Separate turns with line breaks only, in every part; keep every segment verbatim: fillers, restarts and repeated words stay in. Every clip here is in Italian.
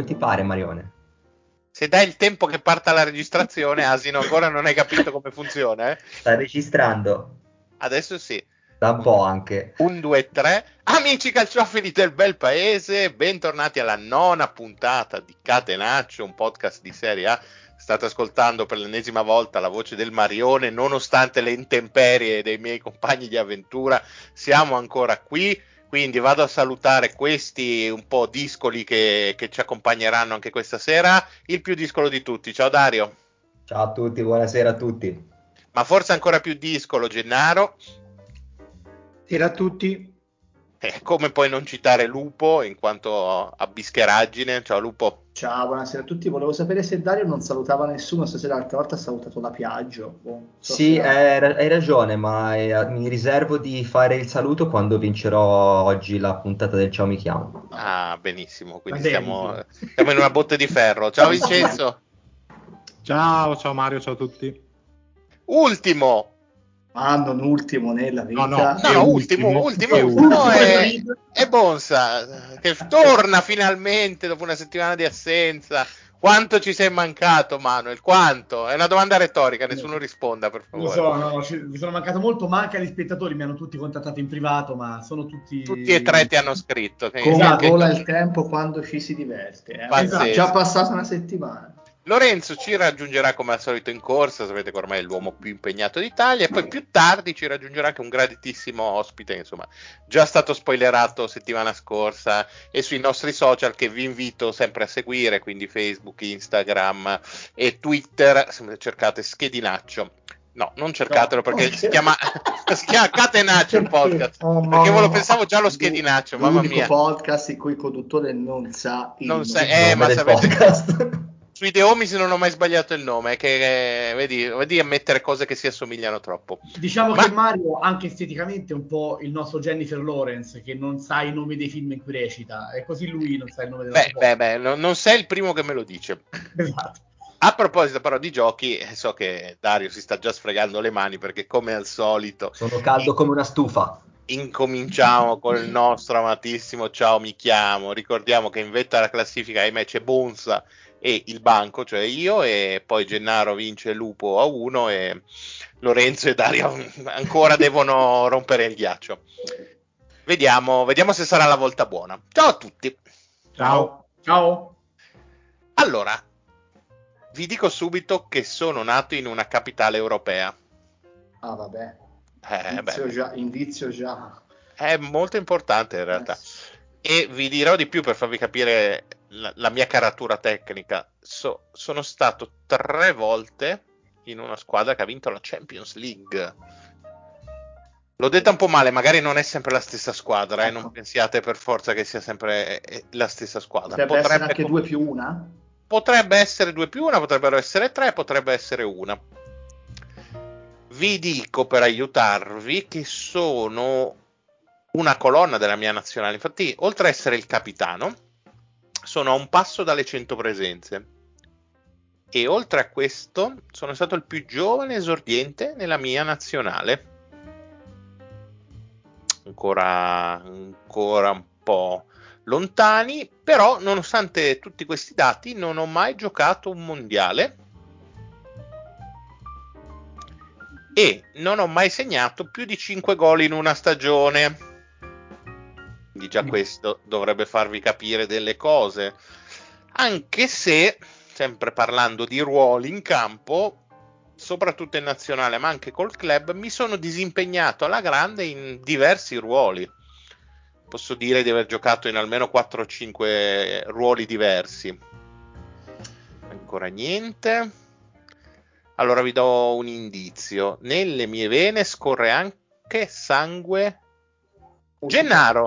come ti pare, Marione.
Se dai il tempo che parta la registrazione, Asino, ancora non hai capito come funziona, eh?
Sta registrando.
Adesso sì.
Da un po' anche.
Un, due, tre. Amici calciofili del bel paese, bentornati alla nona puntata di Catenaccio, un podcast di Serie A. State ascoltando per l'ennesima volta la voce del Marione, nonostante le intemperie dei miei compagni di avventura, siamo ancora qui. Quindi vado a salutare questi un po' discoli che, che ci accompagneranno anche questa sera. Il più discolo di tutti, ciao Dario.
Ciao a tutti, buonasera a tutti.
Ma forse ancora più discolo, Gennaro.
Buonasera a tutti.
Eh, come poi non citare Lupo in quanto a bischeraggine? Ciao Lupo.
Ciao, buonasera a tutti. Volevo sapere se Dario non salutava nessuno stasera, l'altra volta ha salutato la Piaggio. Oh, so
Sì,
se-
hai, hai ragione, ma eh, mi riservo di fare il saluto quando vincerò oggi la puntata del Ciao mi chiamo.
Ah, benissimo, quindi
Va bene,
siamo,
sì.
siamo in una botte di ferro. Ciao Vincenzo.
Ciao, ciao Mario, ciao a tutti.
Ultimo.
Ma non ultimo nella vita.
No, no.
No,
È
no,
ultimo,
ultimo, ultimo,
è
ultimo
ultimo.
è, è Bonsa, che torna finalmente dopo una settimana di assenza. Quanto ci sei mancato, Manuel? Quanto? È una domanda retorica, nessuno risponda, per
Lo
favore.
so, no, ci- mi sono mancato molto, ma anche agli spettatori mi hanno tutti contattato in privato, ma sono tutti...
Tutti e tre ti hanno scritto. che-
Come
anche-
vola il tempo quando ci si diverte. Eh?
Pazzesco.
È già passata una settimana.
Lorenzo ci raggiungerà come al solito in corsa, sapete che ormai è l'uomo più impegnato d'Italia, e poi più tardi ci raggiungerà anche un graditissimo ospite, insomma, già stato spoilerato settimana scorsa e sui nostri social che vi invito sempre a seguire, quindi Facebook, Instagram e Twitter, se cercate Schedinaccio. No, non cercatelo
No,
perché
ok.
si chiama, si chiama Catenaccio il podcast,
Oh,
perché ve lo
mamma.
pensavo già lo Schedinaccio, mamma
L'unico
mia.
podcast in cui il conduttore non sa il
Non
nome.
sai- eh,
Nome
ma
del
sapete-
podcast.
Sui The Homies non ho mai sbagliato il nome, che eh, vedi, vedi a mettere cose che si assomigliano troppo.
Diciamo
Ma-
che Mario, anche esteticamente, è un po' il nostro Jennifer Lawrence, che non sa i nomi dei film in cui recita, e così lui non sa il nome della
Beh,
sua
beh, beh, no- non sei il primo che me lo dice.
Esatto.
A proposito però di giochi, eh, so che Dario si sta già sfregando le mani perché come al solito
Sono caldo come una stufa.
incominciamo col nostro amatissimo Ciao mi chiamo. Ricordiamo che in vetta alla classifica ahimè c'è Bonsa e il banco, cioè io, e poi Gennaro vince Lupo a uno e Lorenzo e Dario ancora devono rompere il ghiaccio. Vediamo, vediamo se sarà la volta buona. Ciao a tutti.
Ciao.
Ciao.
Allora, vi dico subito che sono nato in una capitale europea.
Ah, vabbè.
Eh,
Indizio
beh,
già, indizio già.
è molto importante in realtà.
Eh,
E vi dirò di più per farvi capire la, la mia caratura tecnica. So- sono stato tre volte in una squadra che ha vinto la Champions League. L'ho detta un po' male, magari non è sempre la stessa squadra, eh, non
Ecco.
pensiate per forza che sia sempre eh, eh, la stessa squadra.
Potrebbe essere anche
com-
due più una?
Potrebbe essere due più una, potrebbero essere tre, potrebbe essere una. Vi dico per aiutarvi che sono una colonna della mia nazionale. Infatti, oltre a essere il capitano, sono a un passo dalle cento presenze. E oltre a questo, sono stato il più giovane esordiente nella mia nazionale. Ancora, ancora un po' lontani, però nonostante tutti questi dati non ho mai giocato un mondiale e non ho mai segnato più di cinque gol in una stagione. Quindi già questo dovrebbe farvi capire delle cose, anche se, sempre parlando di ruoli in campo, soprattutto in nazionale ma anche col club, mi sono disimpegnato alla grande in diversi ruoli. Posso dire di aver giocato in almeno quattro o cinque ruoli diversi. Ancora niente. Allora vi do un indizio. Nelle mie vene scorre anche sangue Gennaro.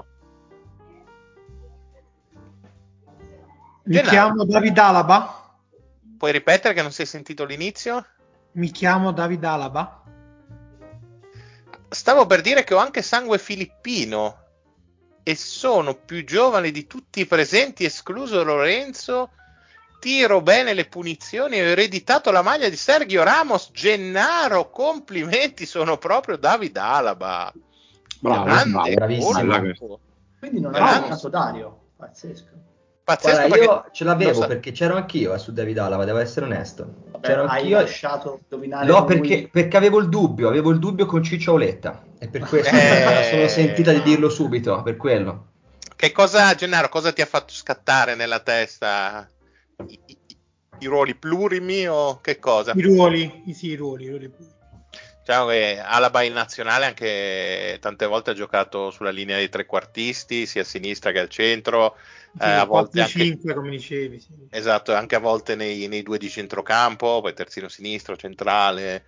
Mi
Gennaro.
chiamo David Alaba.
Puoi ripetere che non si è sentito l'inizio?
Mi chiamo David Alaba.
Stavo per dire che ho anche sangue filippino e sono più giovane di tutti i presenti, escluso Lorenzo. Tiro bene le punizioni e ho ereditato la maglia di Sergio Ramos. Gennaro, complimenti, sono proprio David Alaba.
Bravo,
Grande
bravo, bravissimo.
colpo.
Quindi non
Grande.
è giocato Dario. Pazzesco.
Pazzesco
Guarda,
perché
io ce
lo
l'avevo
sa-
perché c'ero anch'io eh, su David Alaba, devo essere onesto.
Vabbè,
C'ero
hai
anch'io.
lasciato indovinare
No,
lui.
perché, perché avevo il dubbio, avevo il dubbio con Ciccio Auletta. E per questo me la sono sentita di
Eh,
dirlo subito, per quello.
che cosa, Gennaro, cosa ti ha fatto scattare nella testa? I, i- i ruoli plurimi o che cosa?
I ruoli, i sì, i ruoli, i ruoli.
Diciamo che Alaba in nazionale anche tante volte ha giocato sulla linea dei trequartisti, sia a sinistra che al centro, eh,
Sì,
a volte anche,
quattro cinque come dicevi. Sì.
esatto, anche a volte nei, nei due di centrocampo, poi terzino sinistro, centrale,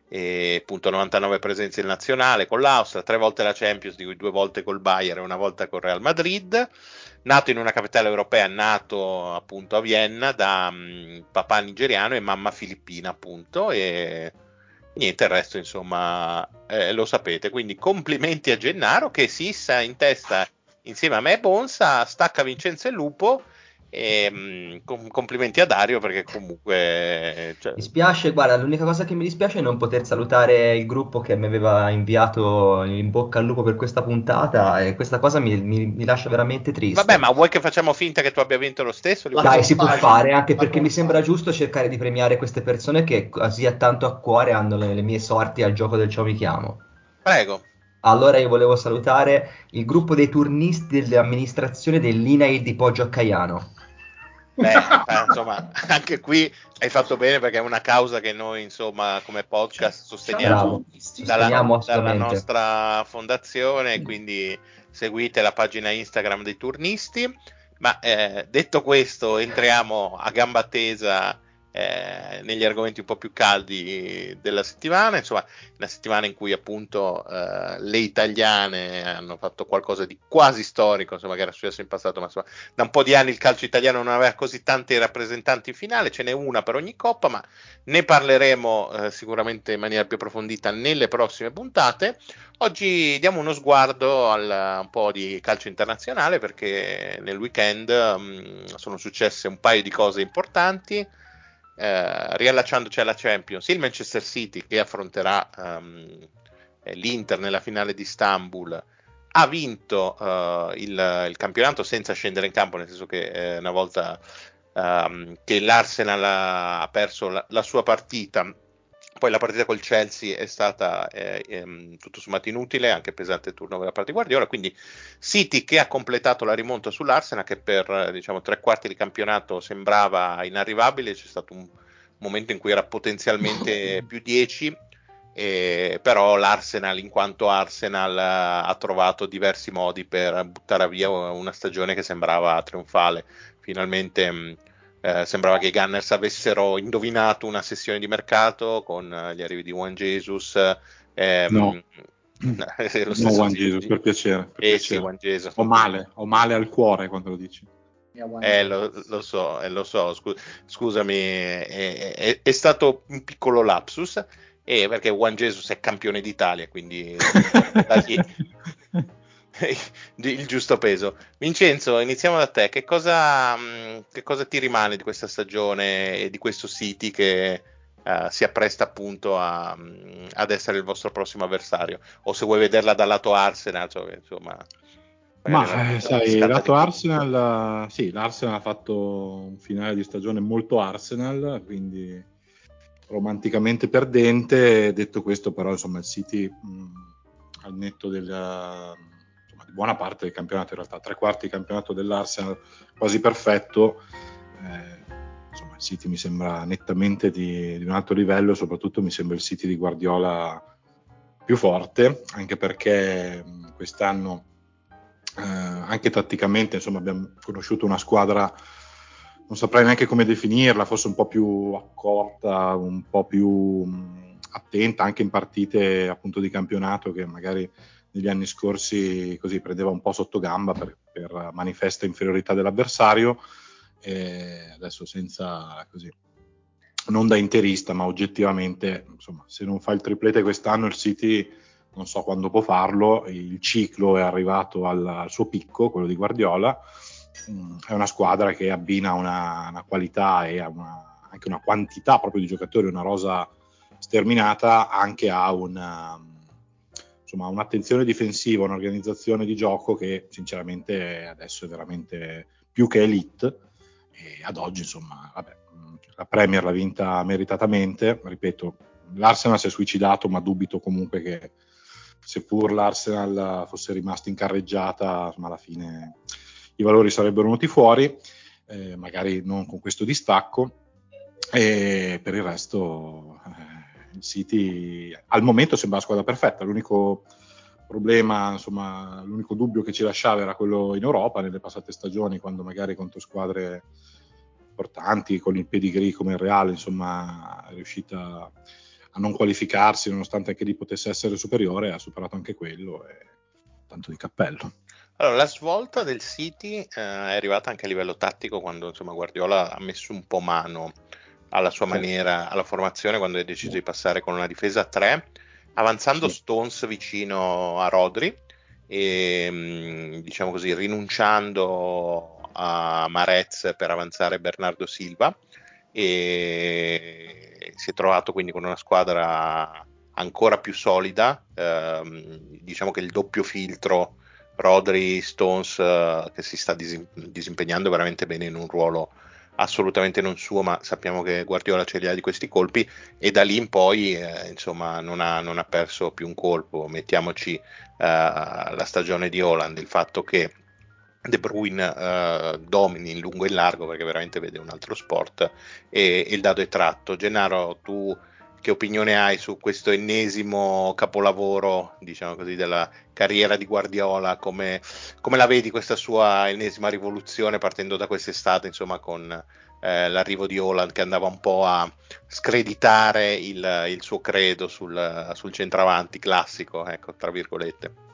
e appunto novantanove presenze in nazionale con l'Austria, tre volte la Champions, di cui due volte col Bayern e una volta col Real Madrid. Nato in una capitale europea, nato appunto a Vienna da mh, papà nigeriano e mamma filippina, appunto, e niente, il resto insomma eh, lo sapete. Quindi complimenti a Gennaro che si issa in testa insieme a me e Bonsa, stacca Vincenzo e Lupo. E mh, com- complimenti a Dario perché comunque cioè,
Mi spiace, guarda, l'unica cosa che mi dispiace è non poter salutare il gruppo che mi aveva inviato in bocca al lupo per questa puntata e questa cosa mi, mi- mi lascia veramente
vabbè,
triste.
ma vuoi che facciamo finta che tu abbia vinto lo stesso? Li
La
vuoi-
Dai, si può
compagine,
fare, anche
la
perché mi sembra
compagine.
giusto cercare di premiare queste persone che così a tanto a cuore hanno le, le mie sorti al gioco del ciao mi chiamo.
Prego.
Allora io volevo salutare il gruppo dei turnisti dell'amministrazione dell'I N A I di Poggio a Caiano.
Beh, eh, insomma, anche qui hai fatto bene perché è una causa che noi, insomma, come podcast sosteniamo
Bravo,
Sì,
dalla,
sosteniamo
dalla
assolutamente.
nostra fondazione, quindi seguite la pagina Instagram dei turnisti. Ma eh, detto questo, entriamo a gamba tesa eh, negli argomenti un po' più caldi della settimana. Insomma, una settimana in cui appunto eh, le italiane hanno fatto qualcosa di quasi storico, insomma, che era successo in passato, ma insomma, da un po' di anni il calcio italiano non aveva così tanti rappresentanti in finale, ce n'è una per ogni coppa, ma ne parleremo eh, sicuramente in maniera più approfondita nelle prossime puntate. Oggi diamo uno sguardo al un po' di calcio internazionale perché nel weekend um, sono successe un paio di cose importanti. Eh, riallacciandoci alla Champions, il Manchester City che affronterà um, l'Inter nella finale di Istanbul ha vinto uh, il, il campionato senza scendere in campo, nel senso che eh, una volta um, che l'Arsenal ha perso la, la sua partita, poi la partita col Chelsea è stata eh, ehm, tutto sommato inutile, anche pesante il turnover da parte di Guardiola, quindi City che ha completato la rimonta sull'Arsenal che per eh, diciamo tre quarti di campionato sembrava inarrivabile, c'è stato un momento in cui era potenzialmente più dieci, eh, però l'Arsenal in quanto Arsenal eh, ha trovato diversi modi per buttare via una stagione che sembrava trionfale. Finalmente mh, eh, sembrava che i Gunners avessero indovinato una sessione di mercato con eh, gli arrivi di Juan Jesus,
No,
ehm, lo
no,
stesso
Juan
G-
Jesus,
G-
per piacere, per
eh sì,
piacere.
Juan Jesus,
Ho male, ho male al cuore quando lo dici.
Mia Juan
eh, lo,
Jesus.
lo so, eh, lo so, scu- scusami, è, è- è stato un piccolo lapsus, eh, perché Juan Jesus è campione d'Italia, quindi dagli il giusto peso. Vincenzo, iniziamo da te. Che cosa, mh, che cosa ti rimane di questa stagione e di questo City che eh, si appresta appunto a, mh, ad essere il vostro prossimo avversario? O se vuoi vederla dal lato Arsenal, cioè, insomma, magari la,
Ma eh,
la
sai,
scatta di
lato
più.
Arsenal, sì, l'Arsenal ha fatto un finale di stagione molto Arsenal, quindi romanticamente perdente. Detto questo, però, insomma, il City mh, al netto del, insomma, di buona parte del campionato, in realtà tre quarti di campionato dell'Arsenal quasi perfetto. Eh, insomma, il City mi sembra nettamente di, di un alto livello, e soprattutto mi sembra il City di Guardiola più forte, anche perché mh, quest'anno eh, anche tatticamente, insomma, abbiamo conosciuto una squadra, non saprei neanche come definirla, forse un po' più accorta, un po' più mh, attenta anche in partite appunto di campionato che magari negli anni scorsi così prendeva un po' sotto gamba per, per manifesta inferiorità dell'avversario, e adesso senza così, non da interista, ma oggettivamente, insomma, se non fa il triplete quest'anno il City non so quando può farlo, il ciclo è arrivato al, al suo picco, quello di Guardiola. Mm, è una squadra che abbina una, una qualità e una, anche una quantità proprio di giocatori, una rosa sterminata, anche a una, insomma un'attenzione difensiva, un'organizzazione di gioco che sinceramente adesso è veramente più che elite, e ad oggi insomma vabbè, la Premier l'ha vinta meritatamente, ripeto, l'Arsenal si è suicidato, ma dubito comunque che seppur l'Arsenal fosse rimasto in carreggiata, insomma alla fine i valori sarebbero venuti fuori, eh, magari non con questo distacco, e per il resto eh, il City al momento sembra la squadra perfetta. L'unico problema, insomma, l'unico dubbio che ci lasciava era quello in Europa nelle passate stagioni, quando magari contro squadre importanti con il pedigree come il Real, insomma, è riuscita a non qualificarsi, nonostante anche lì potesse essere superiore, ha superato anche quello, e tanto di cappello.
Allora, la svolta del City eh, è arrivata anche a livello tattico quando insomma Guardiola ha messo un po' mano alla sua
Sì.
maniera, alla formazione, quando è deciso di passare con una difesa a tre, avanzando
Sì.
Stones vicino a Rodri e mh, diciamo così rinunciando a Mahrez per avanzare Bernardo Silva, e si è trovato quindi con una squadra ancora più solida, ehm, diciamo che il doppio filtro Rodri Stones eh, che si sta disim- disimpegnando veramente bene in un ruolo assolutamente non suo, ma sappiamo che Guardiola ce li ha di questi colpi, e da lì in poi eh, insomma non ha, non ha perso più un colpo. Mettiamoci eh, la stagione di Haaland, il fatto che De Bruyne eh, domini in lungo e in largo, perché veramente vede un altro sport, e, e il dado è tratto. Gennaro, tu che opinione hai su questo ennesimo capolavoro, diciamo così, della carriera di Guardiola? Come, come la vedi questa sua ennesima rivoluzione, partendo da quest'estate, insomma, con eh, l'arrivo di Haaland, che andava un po' a screditare il, il suo credo sul, sul centravanti classico, ecco, tra virgolette.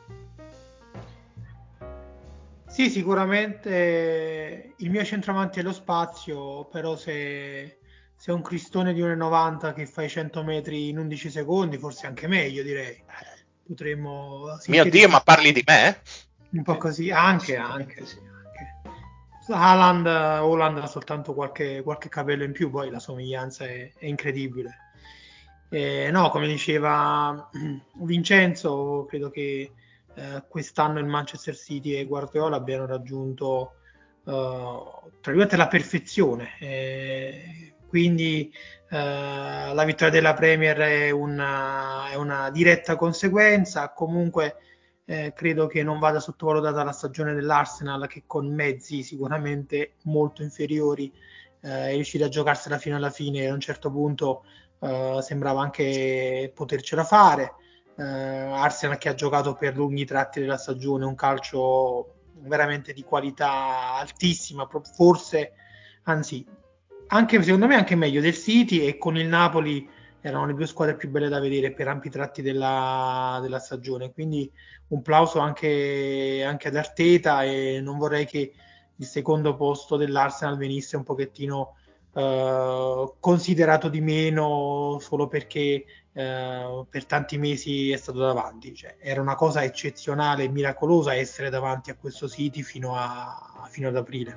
Sì, sicuramente il mio centravanti è lo spazio, però se, se è un cristone di uno e novanta che fa i cento metri in undici secondi, forse anche meglio, direi. Potremmo
Mio Dio, ma
sintetizzare
parli di me?
un po' così, anche, anche, sì, anche. Haaland, Haaland ha soltanto qualche, qualche capello in più, poi la somiglianza è, è incredibile. Eh, no, come diceva Vincenzo, credo che eh, quest'anno il Manchester City e Guardiola abbiano raggiunto eh, tra virgolette la perfezione. Eh, quindi eh, la vittoria della Premier è una, è una diretta conseguenza. Comunque eh, credo che non vada sottovalutata la stagione dell'Arsenal, che con mezzi sicuramente molto inferiori eh, è riuscita a giocarsela fino alla fine, e a un certo punto Uh, sembrava anche potercela fare. uh, Arsenal che ha giocato per lunghi tratti della stagione un calcio veramente di qualità altissima, forse anzi anche secondo me anche meglio del City, e con il Napoli erano le due squadre più belle da vedere per ampi tratti della, della stagione, quindi un plauso anche, anche ad Arteta, e non vorrei che il secondo posto dell'Arsenal venisse un pochettino Uh, considerato di meno solo perché uh, per tanti mesi è stato davanti. Cioè, era una cosa eccezionale e miracolosa essere davanti a questo City fino, a, fino ad aprile.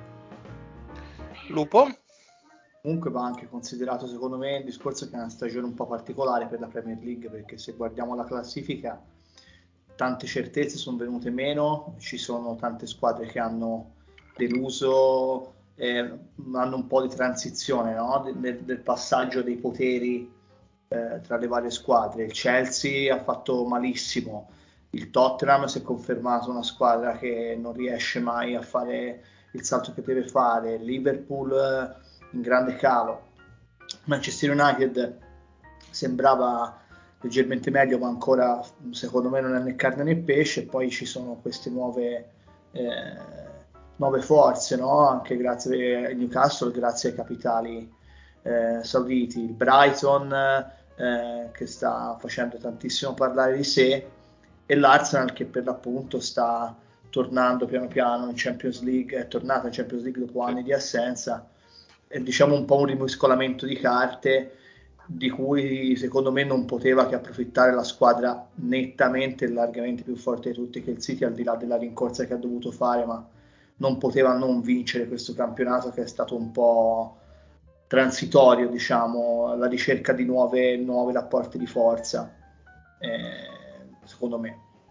Lupo?
Comunque va anche considerato, secondo me, il discorso che è una stagione un po' particolare per la Premier League, perché se guardiamo la classifica tante certezze sono venute meno, ci sono tante squadre che hanno deluso, eh, hanno un po' di transizione, no? del, del passaggio dei poteri eh, tra le varie squadre. Il Chelsea ha fatto malissimo, il Tottenham si è confermato una squadra che non riesce mai a fare il salto che deve fare, Liverpool eh, in grande calo, Manchester United sembrava leggermente meglio, ma ancora secondo me non è né carne né pesce. Poi ci sono queste nuove eh, nuove forze, no? Anche grazie a Newcastle, grazie ai capitali eh, sauditi, il Brighton eh, che sta facendo tantissimo parlare di sé, e l'Arsenal che per l'appunto sta tornando piano piano in Champions League, è tornata in Champions League dopo anni di assenza. È diciamo un po' un rimescolamento di carte di cui secondo me non poteva che approfittare la squadra nettamente e largamente più forte di tutti, che il City, al di là della rincorsa che ha dovuto fare, ma non poteva non vincere questo campionato, che è stato un po' transitorio, diciamo, alla ricerca di nuove, nuove rapporti di forza, eh, secondo me.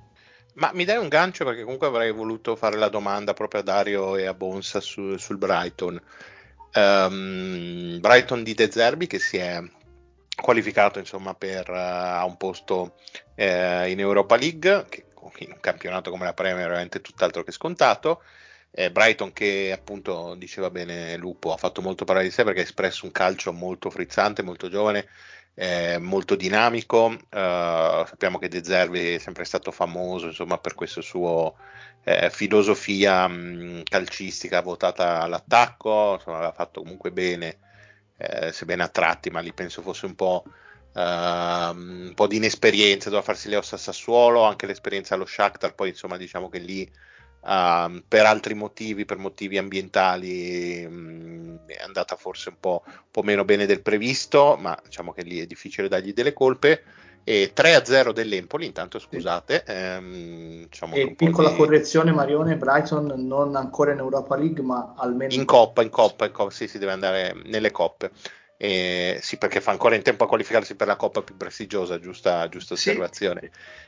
Ma mi dai un gancio, perché comunque avrei voluto fare la domanda proprio a Dario e a Bonsa su- sul Brighton. Ehm, Brighton di De Zerbi, che si è qualificato insomma per eh, a un posto eh, in Europa League, che in un campionato come la Premier è veramente tutt'altro che scontato. Eh, Brighton, che appunto diceva bene Lupo, ha fatto molto parlare di sé perché ha espresso un calcio molto frizzante, molto giovane, eh, molto dinamico. Eh, sappiamo che De Zerbi è sempre stato famoso insomma per questa sua eh, filosofia mh, calcistica votata all'attacco, insomma aveva fatto comunque bene, eh, sebbene a tratti, ma lì penso fosse un po', uh, un po' di inesperienza, doveva farsi le ossa a Sassuolo, anche l'esperienza allo Shakhtar, poi insomma diciamo che lì uh, per altri motivi, per motivi ambientali, mh, è andata forse un po', un po' meno bene del previsto, ma diciamo che lì è difficile dargli delle colpe. E tre a zero dell'Empoli, intanto scusate, ehm, diciamo che
E
un po'
piccola
di...
correzione, Marione, Brighton non ancora in Europa League, ma almeno
In coppa, in coppa, in coppa, sì, si deve andare nelle coppe. Eh, sì, perché fa ancora in tempo a qualificarsi per la coppa più prestigiosa, giusta, giusta
sì.
osservazione.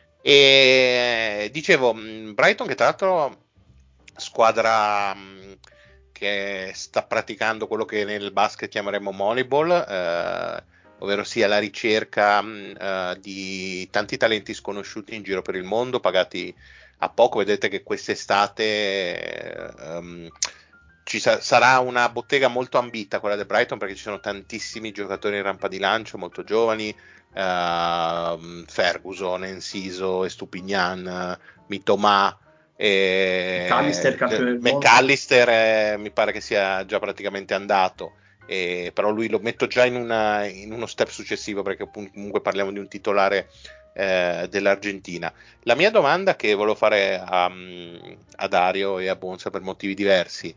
E dicevo, mh, Brighton, che tra l'altro squadra mh, che sta praticando quello che nel basket chiameremo Moneyball, eh, ovvero sia la ricerca mh, eh, di tanti talenti sconosciuti in giro per il mondo, pagati a poco. Vedete che quest'estate ehm, ci sa- sarà una bottega molto ambita, quella del Brighton, perché ci sono tantissimi giocatori in rampa di lancio, molto giovani, ehm, Ferguson, Enciso, Estupignan, Mitoma,
McAllister,
e
campione del mondo.
McAllister, eh, mi pare che sia già praticamente andato. Eh, però lui lo metto già in, una, in uno step successivo, perché comunque parliamo di un titolare eh, dell'Argentina. La mia domanda, che volevo fare a, a Dario e a Bonsa per motivi diversi,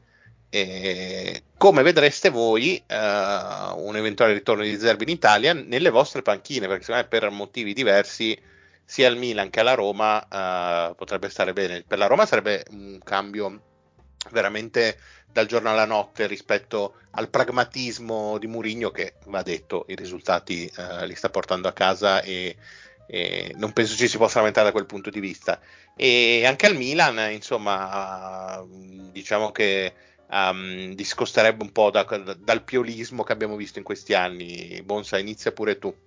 è: come vedreste voi eh, un eventuale ritorno di Zerbi in Italia nelle vostre panchine? Perché secondo me per motivi diversi sia al Milan che alla Roma eh, potrebbe stare bene. Per la Roma sarebbe un cambio veramente dal giorno alla notte rispetto al pragmatismo di Mourinho, che, va detto, i risultati eh, li sta portando a casa, e, e non penso ci si possa lamentare da quel punto di vista. E anche al Milan, insomma, diciamo che um, discosterebbe un po' da, da, dal piolismo che abbiamo visto in questi anni. Bonsa, inizia pure tu.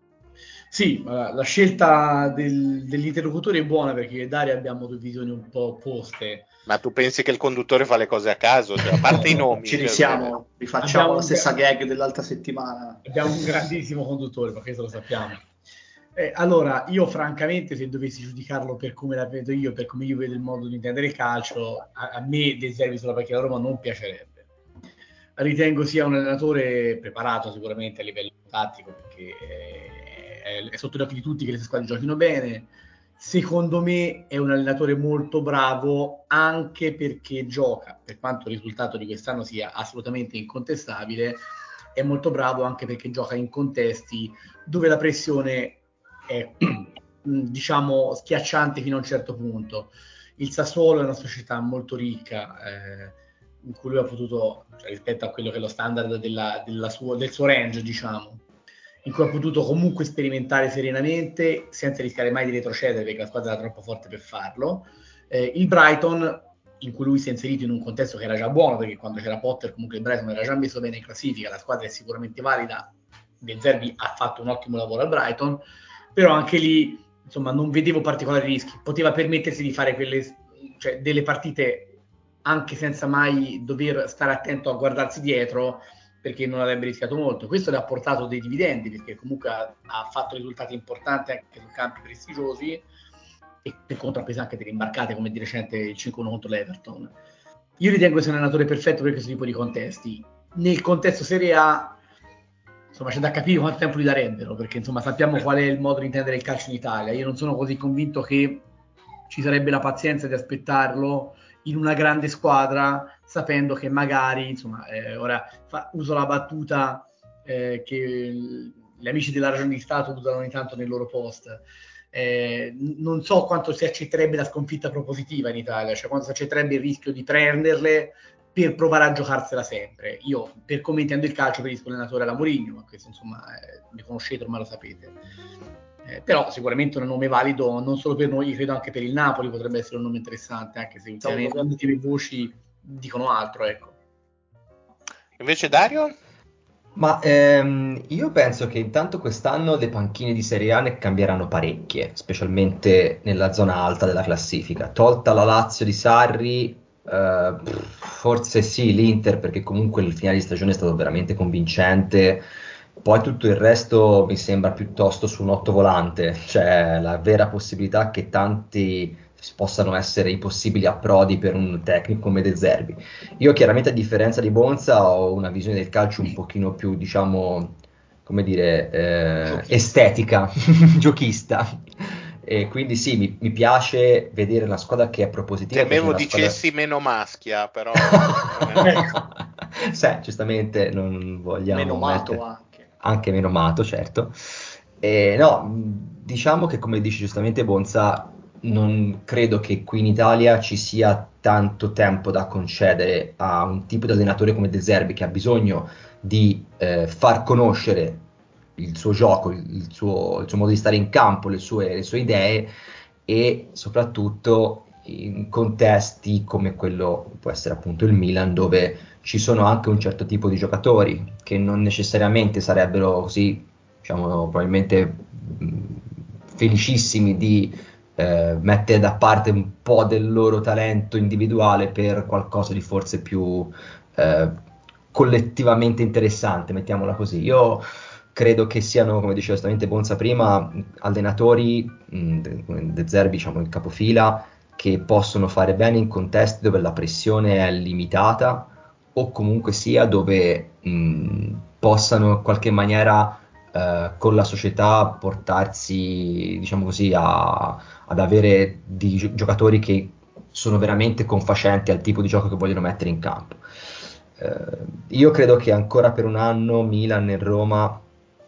Sì, la scelta del, dell'interlocutore è buona, perché Dario abbiamo due visioni un po' opposte.
Ma tu pensi che il conduttore fa le cose a caso? Cioè, a parte i nomi,
Ci
cioè,
risiamo, rifacciamo
abbiamo
la
un,
stessa gag dell'altra settimana.
abbiamo un grandissimo conduttore, ma questo lo sappiamo. Eh, allora, io francamente, se dovessi giudicarlo per come la vedo io, per come io vedo il modo di intendere il calcio, a, a me De Zerbi sulla panchina Roma non piacerebbe. Ritengo sia un allenatore preparato sicuramente a livello tattico, perché è, è sotto gli occhi di tutti che le squadre giochino bene. Secondo me è un allenatore molto bravo, anche perché gioca, per quanto il risultato di quest'anno sia assolutamente incontestabile, è molto bravo anche perché gioca in contesti dove la pressione è, diciamo, schiacciante fino a un certo punto. Il Sassuolo è una società molto ricca, eh, in cui lui ha potuto, cioè, rispetto a quello che è lo standard della, della suo, del suo range, diciamo, in cui ha potuto comunque sperimentare serenamente senza rischiare mai di retrocedere, perché la squadra era troppo forte per farlo. Eh, il Brighton, in cui lui si è inserito in un contesto che era già buono, perché quando c'era Potter comunque il Brighton era già messo bene in classifica, la squadra è sicuramente valida, De Zerbi ha fatto un ottimo lavoro al Brighton, però anche lì, insomma, non vedevo particolari rischi, poteva permettersi di fare quelle, cioè, delle partite anche senza mai dover stare attento a guardarsi dietro, perché non avrebbe rischiato molto. Questo le ha portato dei dividendi, perché comunque ha, ha fatto risultati importanti anche su campi prestigiosi, e per contro ha preso anche delle imbarcate, come di recente il cinque uno contro l'Everton. Io ritengo sia un allenatore perfetto per questo tipo di contesti. Nel contesto Serie A, insomma, c'è da capire quanto tempo gli darebbero, perché insomma sappiamo qual è il modo di intendere il calcio in Italia. Io non sono così convinto che ci sarebbe la pazienza di aspettarlo in una grande squadra, sapendo che magari, insomma, eh, ora fa, uso la battuta eh, che gli amici della Ragione di Stato usano ogni tanto nel loro post. Eh, non so quanto si accetterebbe la sconfitta propositiva in Italia, cioè quanto si accetterebbe il rischio di prenderle per provare a giocarsela sempre. Io, per come intendo il calcio, preferisco l'allenatore alla Mourinho, ma questo insomma eh, mi conoscete, ormai lo sapete. Eh, però sicuramente un nome valido non solo per noi, credo anche per il Napoli potrebbe essere un nome interessante, anche se ultimamente le ultime voci dicono altro, ecco.
Invece Dario?
Ma ehm, io penso che intanto quest'anno le panchine di Serie A ne cambieranno parecchie, specialmente nella zona alta della classifica. Tolta la Lazio di Sarri, eh, forse sì, l'Inter, perché comunque il finale di stagione è stato veramente convincente. Poi tutto il resto mi sembra piuttosto su un otto volante, cioè la vera possibilità che tanti possano essere i possibili approdi per un tecnico come De Zerbi. Io chiaramente a differenza di Bonza ho una visione del calcio un pochino più, diciamo, come dire, eh, estetica, giochista. E quindi sì, mi, mi piace vedere una squadra che è propositiva.
Temevo
una
dicessi
squadra...
meno maschia, però...
Sì, giustamente non vogliamo
meno mato
mettere...
anche.
Anche meno mato, certo. E no, diciamo che come dice giustamente Bonza, non credo che qui in Italia ci sia tanto tempo da concedere a un tipo di allenatore come De Zerbi che ha bisogno di eh, far conoscere il suo gioco, il suo, il suo modo di stare in campo, le sue, le sue idee e soprattutto in contesti come quello può essere appunto il Milan, dove ci sono anche un certo tipo di giocatori che non necessariamente sarebbero così, diciamo, probabilmente mh, felicissimi di eh, mettere da parte un po' del loro talento individuale per qualcosa di forse più eh, collettivamente interessante, mettiamola così. Io credo che siano, come diceva giustamente Bonza prima, allenatori, mh, De, De Zerbi, diciamo, il capofila, che possono fare bene in contesti dove la pressione è limitata o comunque sia dove mh, possano in qualche maniera eh, con la società portarsi, diciamo così, a, ad avere di gio- giocatori che sono veramente confacenti al tipo di gioco che vogliono mettere in campo. Eh, io credo che ancora per un anno Milan e Roma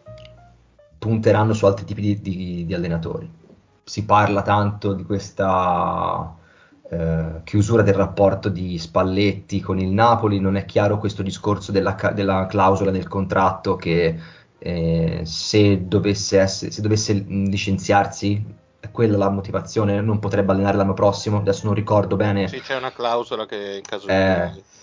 punteranno su altri tipi di, di- di allenatori. Si parla tanto di questa eh, chiusura del rapporto di Spalletti con il Napoli, non è chiaro questo discorso della, ca- della clausola del contratto che eh, se dovesse, essere, se dovesse mh, licenziarsi, è quella la motivazione, non potrebbe allenare l'anno prossimo, adesso non ricordo bene.
Sì, c'è una clausola che in caso
Eh,
di,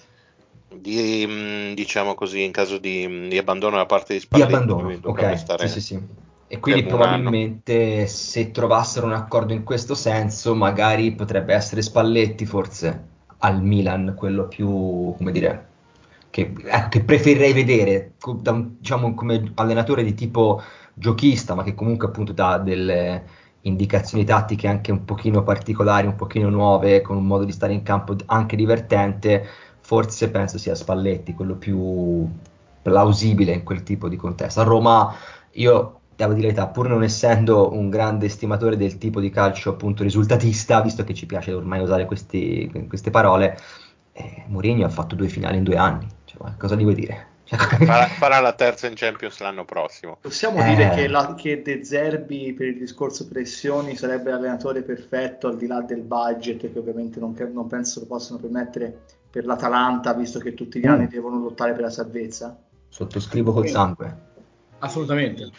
di mh, diciamo così, in caso di, di abbandono da parte di
Di
Spalletti,
abbandono,
lui dovrebbe
ok, sì, sì,
stare
sì. E quindi
fermo un anno.
probabilmente se trovassero un accordo in questo senso, magari potrebbe essere Spalletti forse al Milan, quello più, come dire, che, ecco, che preferirei vedere co- da un- diciamo, come allenatore di tipo giochista, ma che comunque appunto dà delle indicazioni tattiche anche un pochino particolari, un pochino nuove, con un modo di stare in campo anche divertente. Forse penso sia Spalletti quello più plausibile in quel tipo di contesto. A Roma io devo dire la verità, pur non essendo un grande estimatore del tipo di calcio appunto risultatista, visto che ci piace ormai usare questi- queste parole, eh, Mourinho ha fatto due finali in due anni. Cioè, ma cosa gli vuoi dire? Cioè,
Eh, farà, farà la terza in Champions l'anno prossimo.
Possiamo dire che,
eh,
la, che De Zerbi per il discorso pressioni sarebbe l'allenatore perfetto al di là del budget che ovviamente non, non penso lo possano permettere per l'Atalanta visto che tutti gli anni
mm,
devono lottare per la salvezza.
sottoscrivo col sangue.
Assolutamente.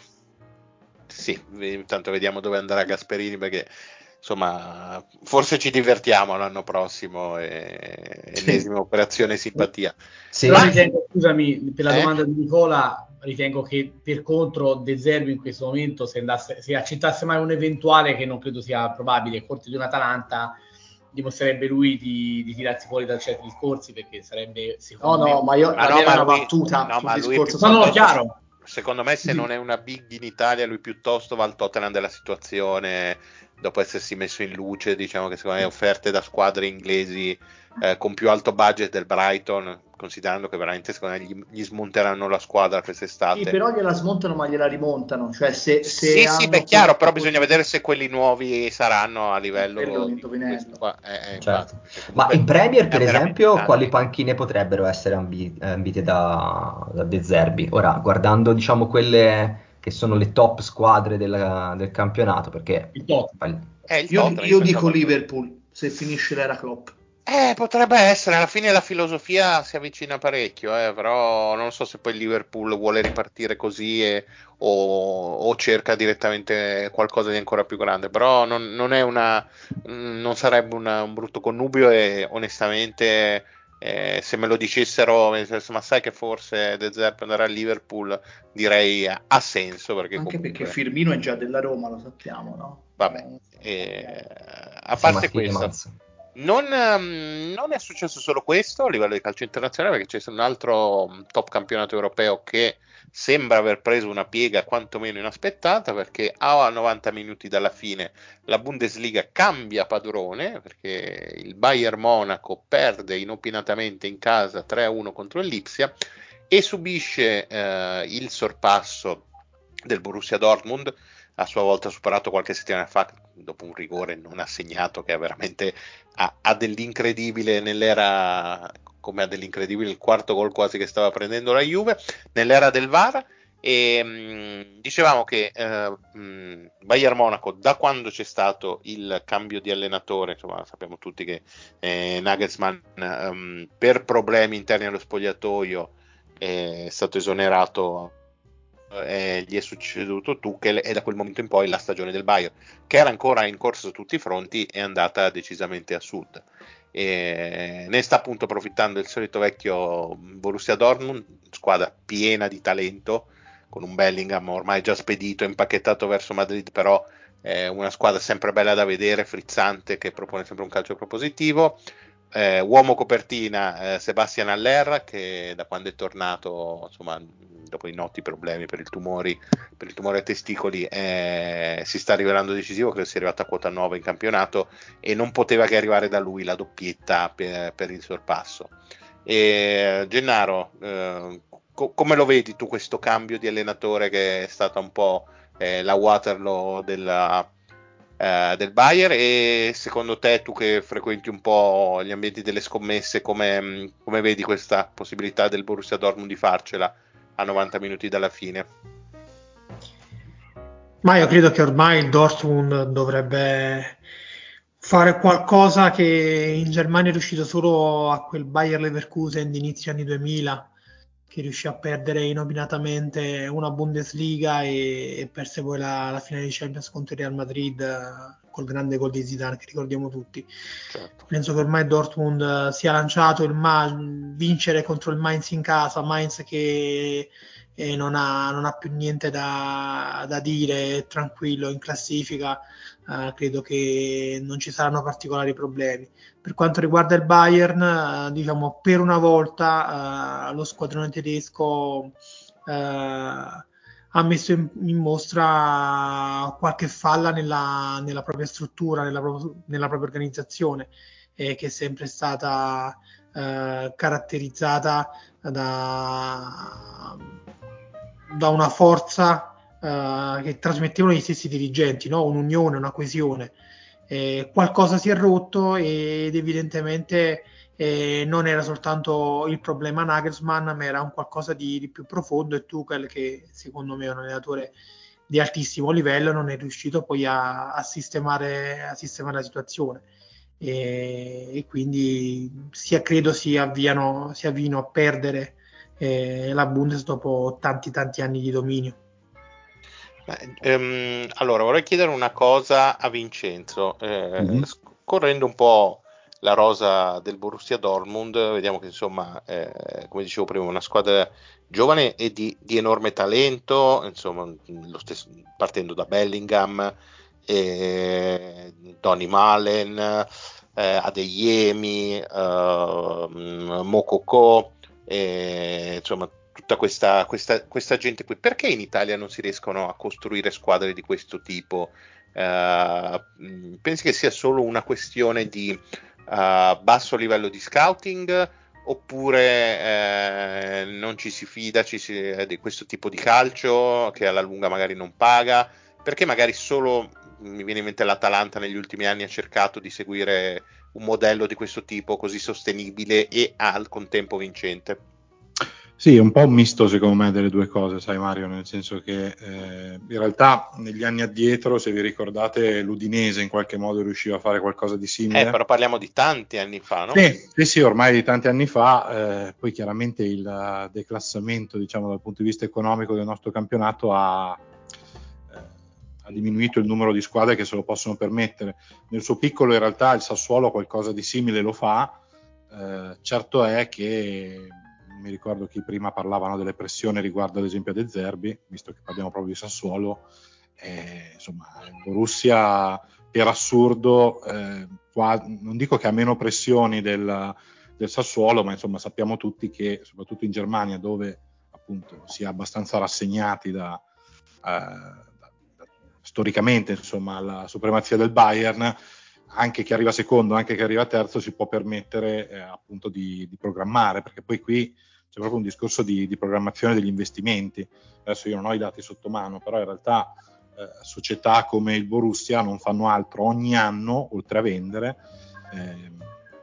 Sì, intanto vediamo dove andrà Gasperini perché insomma forse ci divertiamo l'anno prossimo e ennesima operazione simpatia.
Sì,
Però
Ma
ritengo, scusami, per la
eh?
domanda di Nicola, ritengo che per contro De Zerbi in questo momento, se, andasse, se accettasse mai un eventuale, che non credo sia probabile, corte di un Atalanta, dimostrerebbe lui di, di tirarsi fuori dal certo discorsi, perché sarebbe,
No,
secondo
no,
me...
ma io
Ma
la
no,
mia era
ma
una
lui,
battuta
no,
sul
ma lui
discorso
No, no,
piuttosto,
salvezza.
chiaro.
secondo me se
Sì.
non è una big in Italia, lui piuttosto va al Tottenham della situazione, dopo essersi messo in luce, diciamo che secondo me offerte da squadre inglesi eh, con più alto budget del Brighton, considerando che veramente secondo me gli, gli smonteranno la squadra
Sì,
quest'estate.
però gliela smontano ma gliela rimontano, cioè se, se
Sì, sì, beh,
hanno
chiaro,
quella
però bisogna
possibilità,
vedere se quelli nuovi saranno a
quello è un
livello di, di questi
indovinello.
qua. Eh, eh, infatti,
certo.
perché
Ma in
comunque
Premier,
ne ha
per
veramente
esempio, quali
tanti.
panchine potrebbero essere ambi- ambite da, da De Zerbi? Ora, guardando, diciamo, quelle che sono le top squadre della- del campionato, perché
Il Tottenham.
È il
Io,
Tottenham, io
io dico
pensavo al Tottenham.
Liverpool se finisce l'era Klopp.
Eh, potrebbe essere, alla fine la filosofia si avvicina parecchio, eh, però non so se poi il Liverpool vuole ripartire così e, o, o cerca direttamente qualcosa di ancora più grande, però non, non è una, non sarebbe una- un brutto connubio e onestamente eh, se me lo dicessero, mi dicessero, ma sai che forse De Zerbi andrà al Liverpool, direi eh, ha senso perché
Anche perché
comunque,
Firmino è già della Roma, lo sappiamo, no?
vabbè,
Non-
eh, a
Siamo a
parte questo.
Tielemans.
Non, ehm, non è successo solo questo a livello di calcio internazionale, perché c'è un altro mm, top campionato europeo che sembra aver preso una piega quantomeno inaspettata, perché a novanta minuti dalla fine la Bundesliga cambia padrone, perché il Bayern Monaco perde inopinatamente in casa tre a uno contro il Lipsia e subisce eh, il sorpasso del Borussia Dortmund, a sua volta superato qualche settimana fa dopo un rigore non assegnato che è veramente ha, ha dell'incredibile nell'era, come ha dell'incredibile il quarto gol quasi che stava prendendo la Juve nell'era del V A R. E mh, dicevamo che eh, mh, Bayern Monaco, da quando c'è stato il cambio di allenatore, insomma sappiamo tutti che eh, Nagelsmann ehm, per problemi interni allo spogliatoio è stato esonerato, eh, gli è succeduto Tuchel e da quel momento in poi la stagione del Bayern, che era ancora in corso su tutti i fronti, è andata decisamente a sud. E ne sta appunto approfittando il solito vecchio Borussia Dortmund, squadra piena di talento, con un Bellingham ormai già spedito, impacchettato verso Madrid, però è una squadra sempre bella da vedere, frizzante, che propone sempre un calcio propositivo. Eh, uomo copertina eh, Sebastian Haller, che da quando è tornato, insomma, dopo i noti problemi per il, tumori, per il tumore ai testicoli, eh, si sta rivelando decisivo, credo sia arrivato a quota nove in campionato e non poteva che arrivare da lui la doppietta per, per il sorpasso. E, Gennaro, eh, co- come lo vedi tu questo cambio di allenatore che è stata un po' eh, la Waterloo della, eh, del Bayern, e secondo te, tu che frequenti un po' gli ambienti delle scommesse, come, come vedi questa possibilità del Borussia Dortmund di farcela a novanta minuti dalla fine?
Ma io credo che ormai il Dortmund dovrebbe fare qualcosa che in Germania è riuscito solo a quel Bayer Leverkusen di inizio anni duemila, che riuscì a perdere inopinatamente una Bundesliga e, e perse poi la, la finale di Champions contro il Real Madrid eh, col grande gol di Zidane che ricordiamo tutti.
Certo.
Penso che ormai Dortmund eh, sia lanciato il Ma- vincere contro il Mainz in casa, Mainz che eh, non, ha, non ha più niente da, da dire, è tranquillo in classifica, eh, credo che non ci saranno particolari problemi. Per quanto riguarda il Bayern, eh, diciamo per una volta eh, lo squadrone tedesco eh, ha messo in, in mostra qualche falla nella, nella propria struttura, nella, pro- nella propria organizzazione, eh, che è sempre stata eh, caratterizzata da, da una forza eh, che trasmettevano gli stessi dirigenti, no? Un'unione, una coesione. Eh, qualcosa si è rotto ed evidentemente eh, non era soltanto il problema Nagelsmann, ma era un qualcosa di, di più profondo e Tuchel, che secondo me è un allenatore di altissimo livello, non è riuscito poi a, a, sistemare, a sistemare la situazione. E, e quindi sia, credo si avviano, si avvino a perdere eh, la Bundes dopo tanti tanti anni di dominio.
Beh, ehm, allora, vorrei chiedere una cosa a Vincenzo. Eh,
Mhm.
scorrendo un po' la rosa del Borussia Dortmund, vediamo che insomma, eh, come dicevo prima, una squadra giovane e di, di enorme talento, insomma, lo stesso, partendo da Bellingham, eh, Donny Malen, eh, Adeyemi, eh, Mokoko, eh, insomma tutta questa, questa, questa gente qui. Perché in Italia non si riescono a costruire squadre di questo tipo? Uh, pensi che sia solo una questione di uh, basso livello di scouting, oppure eh, non ci si fida ci si, eh, di questo tipo di calcio che alla lunga magari non paga? Perché magari solo, mi viene in mente, l'Atalanta negli ultimi anni ha cercato di seguire un modello di questo tipo così sostenibile e al contempo vincente?
Sì, è un po' un misto secondo me delle due cose, sai Mario, nel senso che eh, in realtà negli anni addietro, se vi ricordate, l'Udinese in qualche modo riusciva a fare qualcosa di simile.
Eh, però parliamo di tanti anni fa, no?
Sì, sì, sì, ormai di tanti anni fa, eh, poi chiaramente il declassamento, diciamo, dal punto di vista economico del nostro campionato ha, eh, ha diminuito il numero di squadre che se lo possono permettere. Nel suo piccolo in realtà il Sassuolo qualcosa di simile lo fa, eh, certo è che mi ricordo che prima parlavano delle pressioni riguardo ad esempio a De Zerbi, visto che parliamo proprio di Sassuolo, eh, insomma il Borussia per assurdo eh, qua, non dico che ha meno pressioni del, del Sassuolo, ma insomma sappiamo tutti che soprattutto in Germania, dove appunto si è abbastanza rassegnati da, eh, da, da storicamente insomma alla supremazia del Bayern, anche chi arriva secondo, anche chi arriva terzo si può permettere eh, appunto di, di programmare, perché poi qui c'è proprio un discorso di, di programmazione degli investimenti. Adesso io non ho i dati sotto mano, però in realtà eh, società come il Borussia non fanno altro ogni anno, oltre a vendere, eh,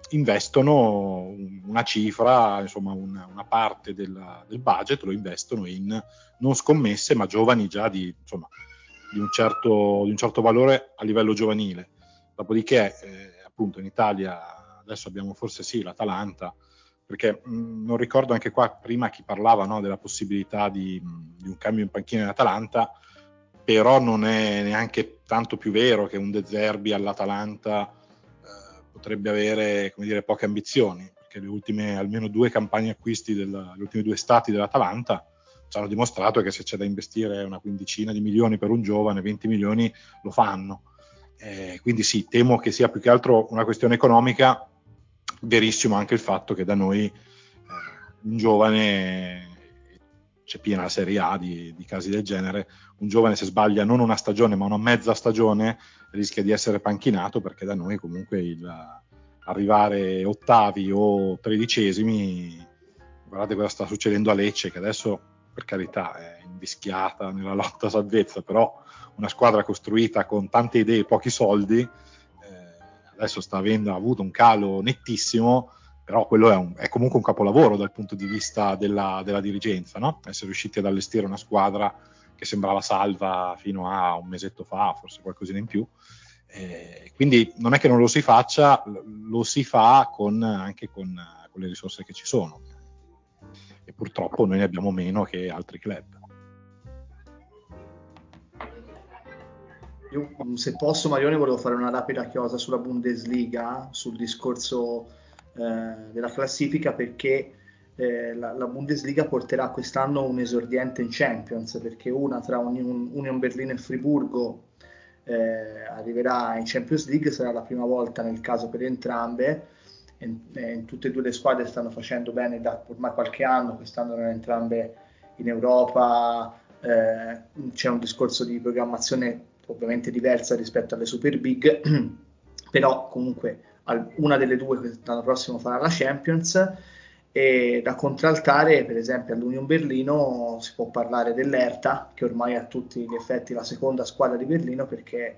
investono una cifra, insomma una, una parte del, del budget lo investono in non scommesse, ma giovani già di, insomma, di, un certo, di un certo valore a livello giovanile. Dopodiché, eh, appunto in Italia adesso abbiamo forse sì l'Atalanta, perché mh, non ricordo anche qua prima chi parlava, no, della possibilità di, mh, di un cambio in panchina in Atalanta, però non è neanche tanto più vero che un De Zerbi all'Atalanta eh, potrebbe avere, come dire, poche ambizioni, perché le ultime almeno due campagne acquisti, della, le ultime due estati dell'Atalanta ci hanno dimostrato che se c'è da investire una quindicina di milioni per un giovane, venti milioni lo fanno. Eh, quindi sì, temo che sia più che altro una questione economica. Verissimo anche il fatto che da noi eh, un giovane, c'è piena la Serie A di, di casi del genere, un giovane se sbaglia non una stagione ma una mezza stagione rischia di essere panchinato, perché da noi comunque il arrivare ottavi o tredicesimi, guardate cosa sta succedendo a Lecce, che adesso per carità è invischiata nella lotta salvezza, però una squadra costruita con tante idee e pochi soldi, eh, adesso sta avendo avuto un calo nettissimo, però quello è, un, è comunque un capolavoro dal punto di vista della, della dirigenza, no? Essere riusciti ad allestire una squadra che sembrava salva fino a un mesetto fa, forse qualcosina in più. Eh, quindi non è che non lo si faccia, lo si fa con, anche con, con le risorse che ci sono, e purtroppo noi ne abbiamo meno che altri club.
Io, se posso, Marione, volevo fare una rapida chiosa sulla Bundesliga, sul discorso eh, della classifica, perché eh, la, la Bundesliga porterà quest'anno un esordiente in Champions, perché una tra Union, Union Berlino e Friburgo eh, arriverà in Champions League, sarà la prima volta nel caso per entrambe, e, e in tutte e due le squadre stanno facendo bene da ormai qualche anno, quest'anno erano entrambe in Europa, eh, c'è un discorso di programmazione ovviamente diversa rispetto alle Super Big, però comunque una delle due l'anno prossimo farà la Champions, e da contraltare per esempio all'Union Berlino si può parlare dell'Hertha, che ormai è a tutti gli effetti la seconda squadra di Berlino, perché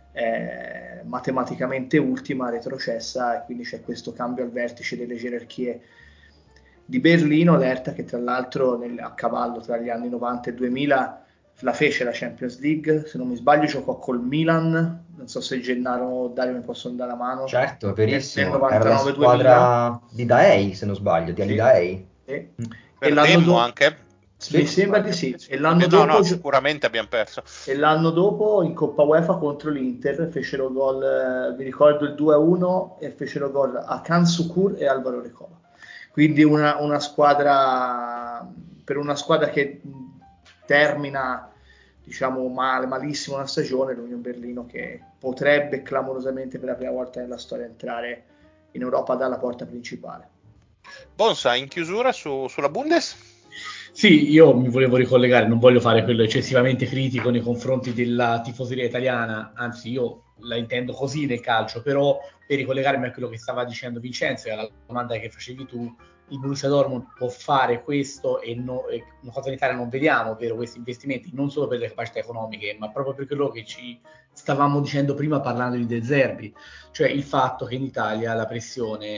è matematicamente ultima, retrocessa, e quindi c'è questo cambio al vertice delle gerarchie di Berlino. L'Hertha, che tra l'altro nel, a cavallo tra gli anni novanta e duemila la fece la Champions League, se non mi sbaglio giocò col Milan, non so se Gennaro o Dario mi possono dare la mano.
Certo,
nel,
verissimo,
nel
era la
novantanove duemila.
squadra di Daei, se non sbaglio, di Ali
Sì,
Daei.
sì.
Mm.
E l'anno
Perdemmo
dopo
anche?
Sì,
mi sembra di sì, e l'anno
No,
dopo
no,
gio-
sicuramente abbiamo perso.
e l'anno dopo in Coppa UEFA contro l'Inter fecero gol, eh, vi ricordo il due a uno, e fecero gol a Can Sukur e Alvaro Recoba. Quindi una, una squadra, per una squadra che termina diciamo male, malissimo una stagione, l'Union Berlino, che potrebbe clamorosamente per la prima volta nella storia entrare in Europa dalla porta principale.
Bonsa, in chiusura su, sulla Bundes?
Sì, io mi volevo ricollegare, non voglio fare quello eccessivamente critico nei confronti della tifoseria italiana, anzi io la intendo così nel calcio, però per ricollegarmi a quello che stava dicendo Vincenzo e alla domanda che facevi tu, il Borussia Dortmund può fare questo e, no, e una cosa in Italia non vediamo, ovvero questi investimenti, non solo per le capacità economiche, ma proprio per quello che ci stavamo dicendo prima parlando di De Zerbi, cioè il fatto che in Italia la pressione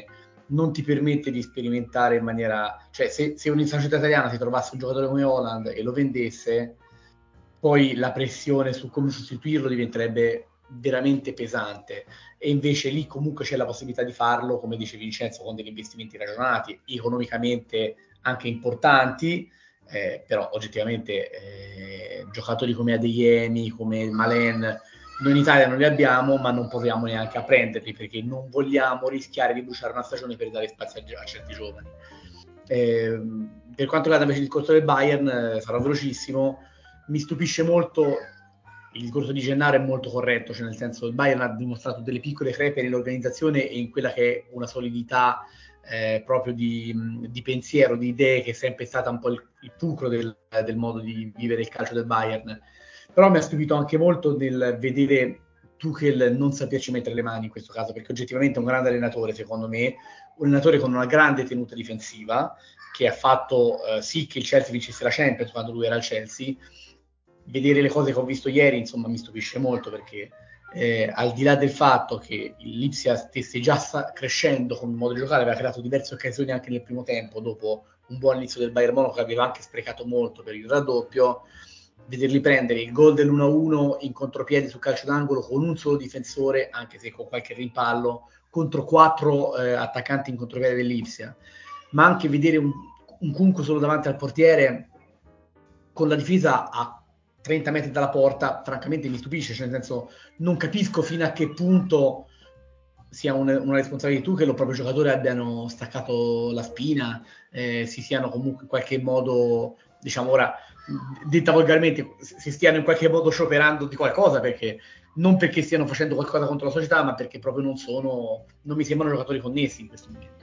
non ti permette di sperimentare in maniera, cioè se, se una società italiana si trovasse un giocatore come Haaland e lo vendesse, poi la pressione su come sostituirlo diventerebbe veramente pesante, e invece lì comunque c'è la possibilità di farlo, come dice Vincenzo, con degli investimenti ragionati, economicamente anche importanti, eh, però oggettivamente eh, giocatori come Adeyemi, come Malen, noi in Italia non li abbiamo, ma non proviamo neanche a prenderli perché non vogliamo rischiare di bruciare una stagione per dare spazio a, a certi giovani. Eh, per quanto riguarda invece il discorso del Bayern, eh, sarò velocissimo, mi stupisce molto. Il discorso di Gennaro è molto corretto, cioè nel senso il Bayern ha dimostrato delle piccole crepe nell'organizzazione e in quella che è una solidità eh, proprio di, di pensiero, di idee, che è sempre stata un po' il, il fulcro del, del modo di vivere il calcio del Bayern. Però mi ha stupito anche molto nel vedere Tuchel non saperci mettere le mani in questo caso, perché oggettivamente è un grande allenatore, secondo me, un allenatore con una grande tenuta difensiva, che ha fatto eh, sì che il Chelsea vincesse la Champions quando lui era al Chelsea. Vedere le cose che ho visto ieri, insomma, mi stupisce molto, perché eh, al di là del fatto che il Lipsia stesse già sta- crescendo come modo di giocare, aveva creato diverse occasioni anche nel primo tempo, dopo un buon inizio del Bayern Monaco che aveva anche sprecato molto per il raddoppio. Vederli prendere il gol dell'uno a uno in contropiede sul calcio d'angolo con un solo difensore, anche se con qualche rimpallo, contro quattro eh, attaccanti in contropiede dell'Ipsia, ma anche vedere un, un Kunku solo davanti al portiere con la difesa a trenta metri dalla porta, francamente mi stupisce, cioè nel senso non capisco fino a che punto sia un, una responsabilità di tu che lo proprio giocatore abbiano staccato la spina, eh, si siano comunque in qualche modo, diciamo ora, detta volgarmente, si stiano in qualche modo scioperando di qualcosa, perché non perché stiano facendo qualcosa contro la società, ma perché proprio non sono, non mi sembrano giocatori connessi in questo momento.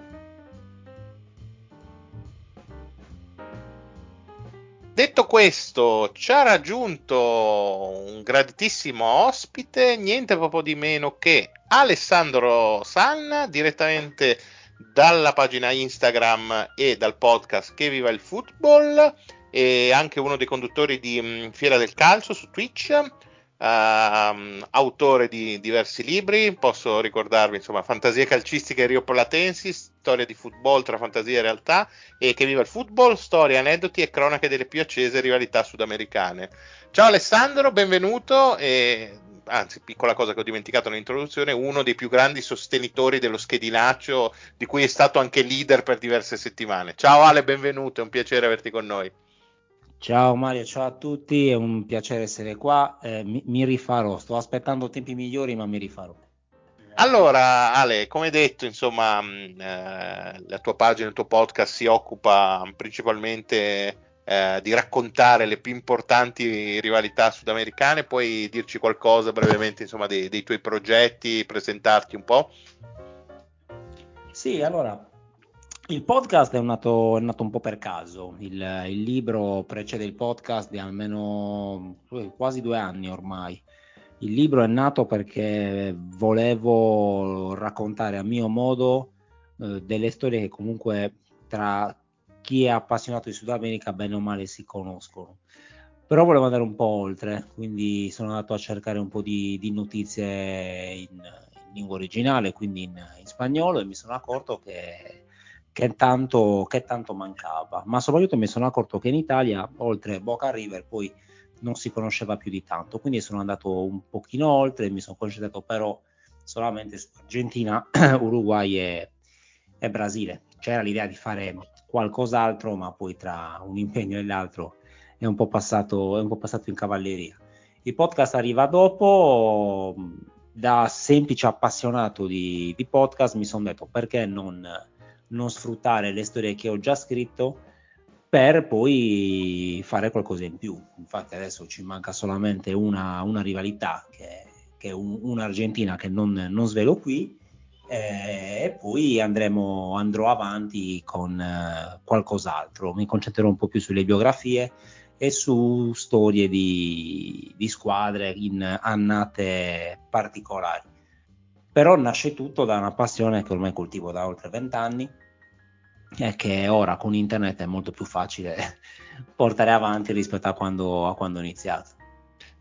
Detto questo, ci ha raggiunto un graditissimo ospite, niente proprio di meno che Alessandro Sanna, direttamente dalla pagina Instagram e dal podcast Che Viva il Football, e anche uno dei conduttori di um, Fiera del Calcio su Twitch, uh, autore di diversi libri. Posso ricordarvi, insomma, Fantasie calcistiche rioplatensi, storia di football tra fantasia e realtà, e Che Viva il Football, storie, aneddoti e cronache delle più accese rivalità sudamericane. Ciao Alessandro, benvenuto. E anzi, piccola cosa che ho dimenticato nell'introduzione, uno dei più grandi sostenitori dello schedinaccio, di cui è stato anche leader per diverse settimane. Ciao Ale, benvenuto, è un piacere averti con noi.
Ciao Mario, ciao a tutti, è un piacere essere qua, eh, mi, mi rifarò, sto aspettando tempi migliori ma mi rifarò.
Allora Ale, come detto, insomma, mh, eh, la tua pagina, il tuo podcast si occupa principalmente eh, di raccontare le più importanti rivalità sudamericane. Puoi dirci qualcosa brevemente, insomma, dei, dei tuoi progetti, presentarti un po'?
Sì, allora, il podcast è nato, è nato un po' per caso, il, il libro precede il podcast di almeno eh, quasi due anni ormai. Il libro è nato perché volevo raccontare a mio modo eh, delle storie che comunque tra chi è appassionato di Sud America bene o male si conoscono. Però volevo andare un po' oltre, quindi sono andato a cercare un po' di, di notizie in, in lingua originale, quindi in, in spagnolo, e mi sono accorto che, che, tanto, che tanto mancava. Ma soprattutto mi sono accorto che in Italia, oltre Boca River, poi non si conosceva più di tanto, quindi sono andato un pochino oltre, mi sono concentrato però solamente su Argentina, Uruguay e, e Brasile. C'era l'idea di fare qualcos'altro, ma poi tra un impegno e l'altro è un po' passato, è un po' passato in cavalleria. Il podcast arriva dopo. Da semplice appassionato di, di podcast mi sono detto perché non, non sfruttare le storie che ho già scritto per poi fare qualcosa in più. Infatti adesso ci manca solamente una, una rivalità che, che è un, un'Argentina che non, non svelo qui, eh, e poi andremo, andrò avanti con eh, qualcos'altro. Mi concentrerò un po' più sulle biografie e su storie di, di squadre in annate particolari. Però nasce tutto da una passione che ormai coltivo da oltre vent'anni e che ora con internet è molto più facile portare avanti rispetto a quando, a quando ho iniziato.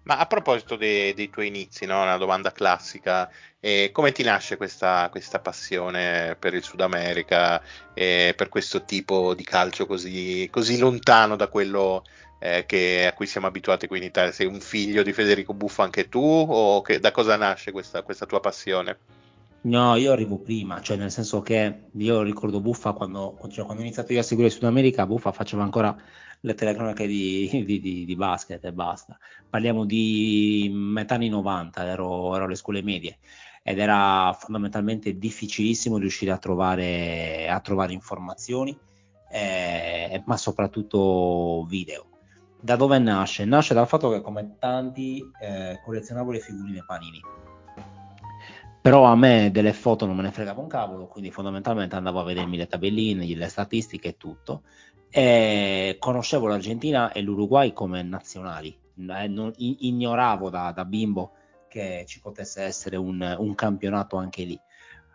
Ma a proposito dei, dei tuoi inizi, no? Una domanda classica, eh, come ti nasce questa, questa passione per il Sud America e per questo tipo di calcio così, così lontano da quello eh, che, a cui siamo abituati qui in Italia? Sei un figlio di Federico Buffo anche tu o che, da cosa nasce questa, questa tua passione?
No, io arrivo prima, cioè nel senso che io ricordo Buffa quando, cioè, quando ho iniziato io a seguire il Sud America, Buffa faceva ancora le telecronache di, di- di- di basket e basta. Parliamo di metà anni novanta, ero, ero alle scuole medie ed era fondamentalmente difficilissimo riuscire a trovare, a trovare informazioni, eh, ma soprattutto video. Da dove nasce? Nasce dal fatto che come tanti eh, collezionavo le figurine Panini. Però a me delle foto non me ne fregava un cavolo, quindi fondamentalmente andavo a vedermi le tabelline, le statistiche e tutto. E conoscevo l'Argentina e l'Uruguay come nazionali. Eh, non- i- ignoravo da, da bimbo che ci potesse essere un, un campionato anche lì.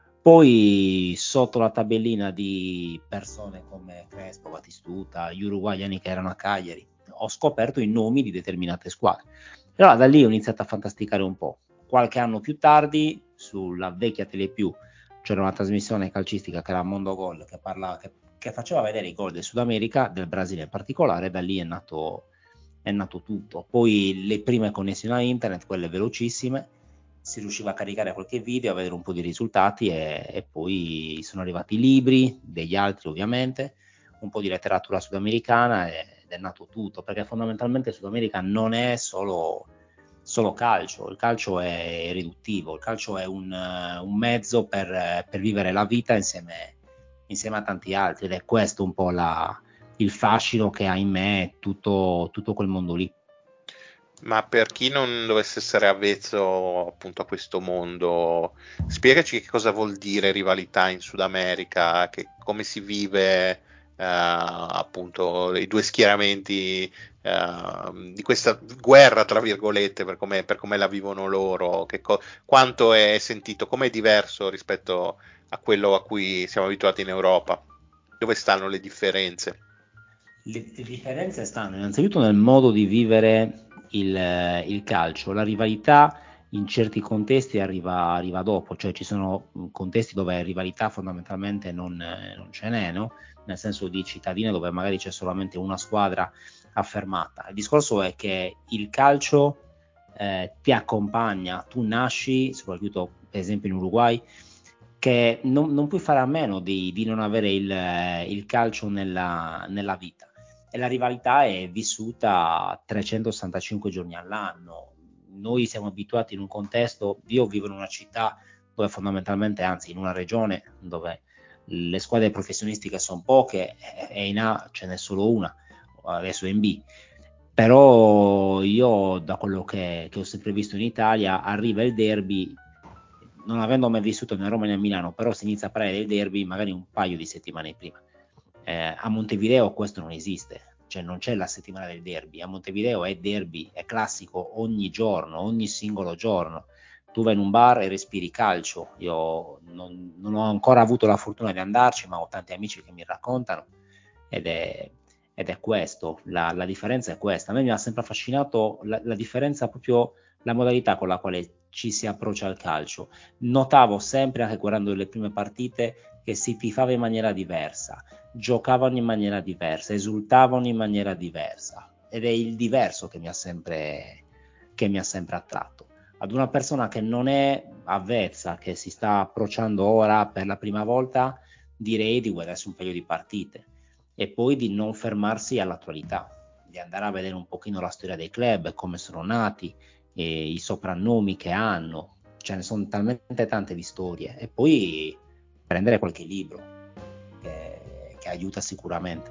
Poi sotto la tabellina di persone come Crespo, Batistuta, gli uruguayani che erano a Cagliari, ho scoperto i nomi di determinate squadre. Allora da lì ho iniziato a fantasticare un po'. Qualche anno più tardi, sulla vecchia Telepiù, c'era una trasmissione calcistica che era Mondo Gol, che, parlava, che, che faceva vedere i gol del Sud America, del Brasile in particolare, da lì è nato, è nato tutto. Poi le prime connessioni a internet, quelle velocissime, si riusciva a caricare qualche video, a vedere un po' di risultati e, e poi sono arrivati i libri, degli altri ovviamente, un po' di letteratura sudamericana ed è nato tutto, perché fondamentalmente il Sud America non è solo, solo calcio, il calcio è riduttivo, il calcio è un, un mezzo per, per vivere la vita insieme, insieme a tanti altri ed è questo un po' la, il fascino che ha in me tutto, tutto quel mondo lì.
Ma per chi non dovesse essere avvezzo appunto a questo mondo, spiegaci che cosa vuol dire rivalità in Sud America, che, come si vive eh, appunto i due schieramenti eh, di questa guerra, tra virgolette, per come, per come la vivono loro, che co- quanto è sentito, come è diverso rispetto a quello a cui siamo abituati in Europa, dove stanno le differenze?
Le, le differenze stanno innanzitutto nel modo di vivere il, il calcio. La rivalità in certi contesti arriva, arriva dopo, cioè ci sono contesti dove rivalità fondamentalmente non, eh, non ce n'è, no? Nel senso di cittadine dove magari c'è solamente una squadra affermata. Il discorso è che il calcio eh, ti accompagna, tu nasci, soprattutto per esempio in Uruguay, che non, non puoi fare a meno di, di non avere il, il calcio nella, nella vita e la rivalità è vissuta trecentosessantacinque giorni all'anno. Noi siamo abituati in un contesto, io vivo in una città dove fondamentalmente, anzi in una regione dove le squadre professionistiche sono poche e in A ce n'è solo una, adesso è in B. Però io da quello che, che ho sempre visto in Italia arriva il derby, non avendo mai vissuto né a Roma né a Milano, però si inizia a parlare del derby magari un paio di settimane prima. Eh, a Montevideo questo non esiste, cioè non c'è la settimana del derby, a Montevideo è derby, è classico ogni giorno, ogni singolo giorno. Tu vai in un bar e respiri calcio, io non, non ho ancora avuto la fortuna di andarci, ma ho tanti amici che mi raccontano ed è, ed è questo, la, la differenza è questa. A me mi ha sempre affascinato la, la differenza, proprio la modalità con la quale ci si approccia al calcio. Notavo sempre, anche guardando le prime partite, che si tifava in maniera diversa, giocavano in maniera diversa, esultavano in maniera diversa ed è il diverso che mi ha sempre, che mi ha sempre attratto. Ad una persona che non è avvezza, che si sta approcciando ora per la prima volta, direi di guardarsi un paio di partite e poi di non fermarsi all'attualità, di andare a vedere un pochino la storia dei club, come sono nati, e i soprannomi che hanno, ce ne sono talmente tante di storie, e poi prendere qualche libro che, che aiuta sicuramente.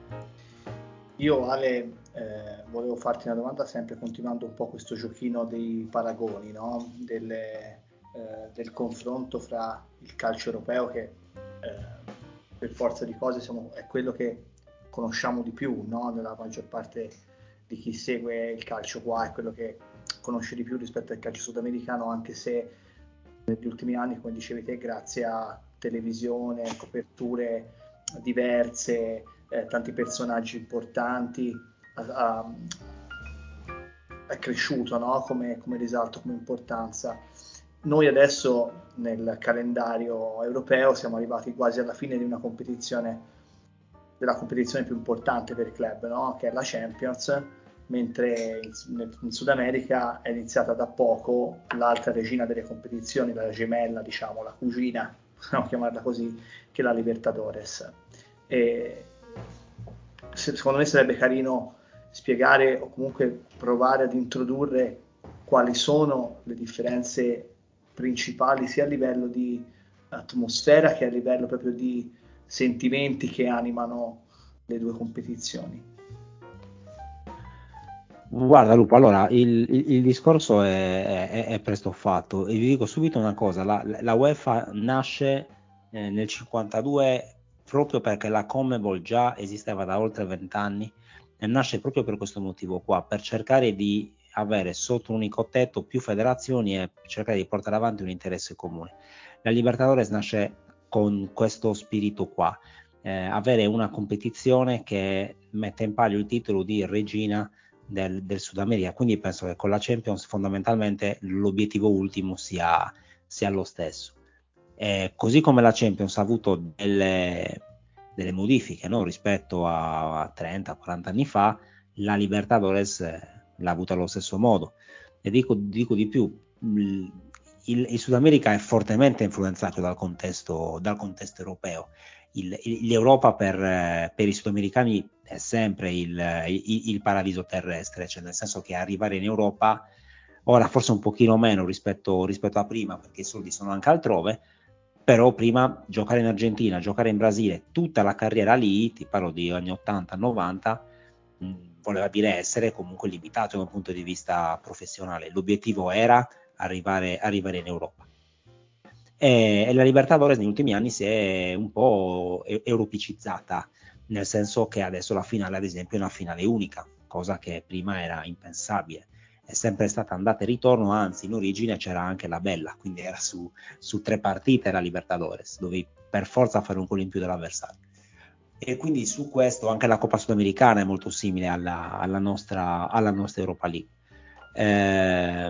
Io Ale eh, volevo farti una domanda sempre continuando un po' questo giochino dei paragoni, no? Delle, eh, del confronto fra il calcio europeo che eh, per forza di cose siamo, è quello che conosciamo di più, no? Nella maggior parte di chi segue il calcio qua è quello che conosce di più rispetto al calcio sudamericano, anche se negli ultimi anni, come dicevi te, grazie a televisione, coperture diverse, eh, tanti personaggi importanti, a, a, è cresciuto, no? come, come risalto, come importanza. Noi adesso nel calendario europeo siamo arrivati quasi alla fine di una competizione, della competizione più importante per il club, no? Che è la Champions, mentre in, in Sud America è iniziata da poco l'altra regina delle competizioni, la gemella, diciamo, la cugina, possiamo chiamarla così, che è la Libertadores. E secondo me sarebbe carino spiegare o comunque provare ad introdurre quali sono le differenze principali sia a livello di atmosfera che a livello proprio di sentimenti che animano le due competizioni.
Guarda Lupo, allora il, il, il discorso è, è, è presto fatto e vi dico subito una cosa, la, la UEFA nasce eh, nel cinquantadue proprio perché la CONMEBOL già esisteva da oltre vent'anni e nasce proprio per questo motivo qua, per cercare di avere sotto un unico tetto più federazioni e cercare di portare avanti un interesse comune. La Libertadores nasce con questo spirito qua, eh, avere una competizione che mette in palio il titolo di regina Del, del Sud America, quindi penso che con la Champions fondamentalmente l'obiettivo ultimo sia, sia lo stesso. E così come la Champions ha avuto delle, delle modifiche, no? Rispetto a trenta quaranta anni fa, la Libertadores l'ha avuta allo stesso modo. E dico, dico di più, il, il Sud America è fortemente influenzato dal contesto, dal contesto europeo. Il, il, L'Europa per, per i sudamericani è sempre il, il, il paradiso terrestre, cioè nel senso che arrivare in Europa, ora forse un pochino meno rispetto, rispetto a prima, perché i soldi sono anche altrove, però prima giocare in Argentina, giocare in Brasile, tutta la carriera lì, ti parlo di anni ottanta novanta, mh, voleva dire essere comunque limitato da un punto di vista professionale. L'obiettivo era arrivare, arrivare in Europa. E, e la Libertadores negli ultimi anni si è un po' europicizzata, nel senso che adesso la finale ad esempio è una finale unica, cosa che prima era impensabile. È sempre stata andata e ritorno, anzi in origine c'era anche la bella, quindi era su, su tre partite la Libertadores, dovevi per forza fare un gol in più dell'avversario. E quindi su questo anche la Coppa Sudamericana è molto simile alla, alla, nostra, alla nostra Europa League. Eh,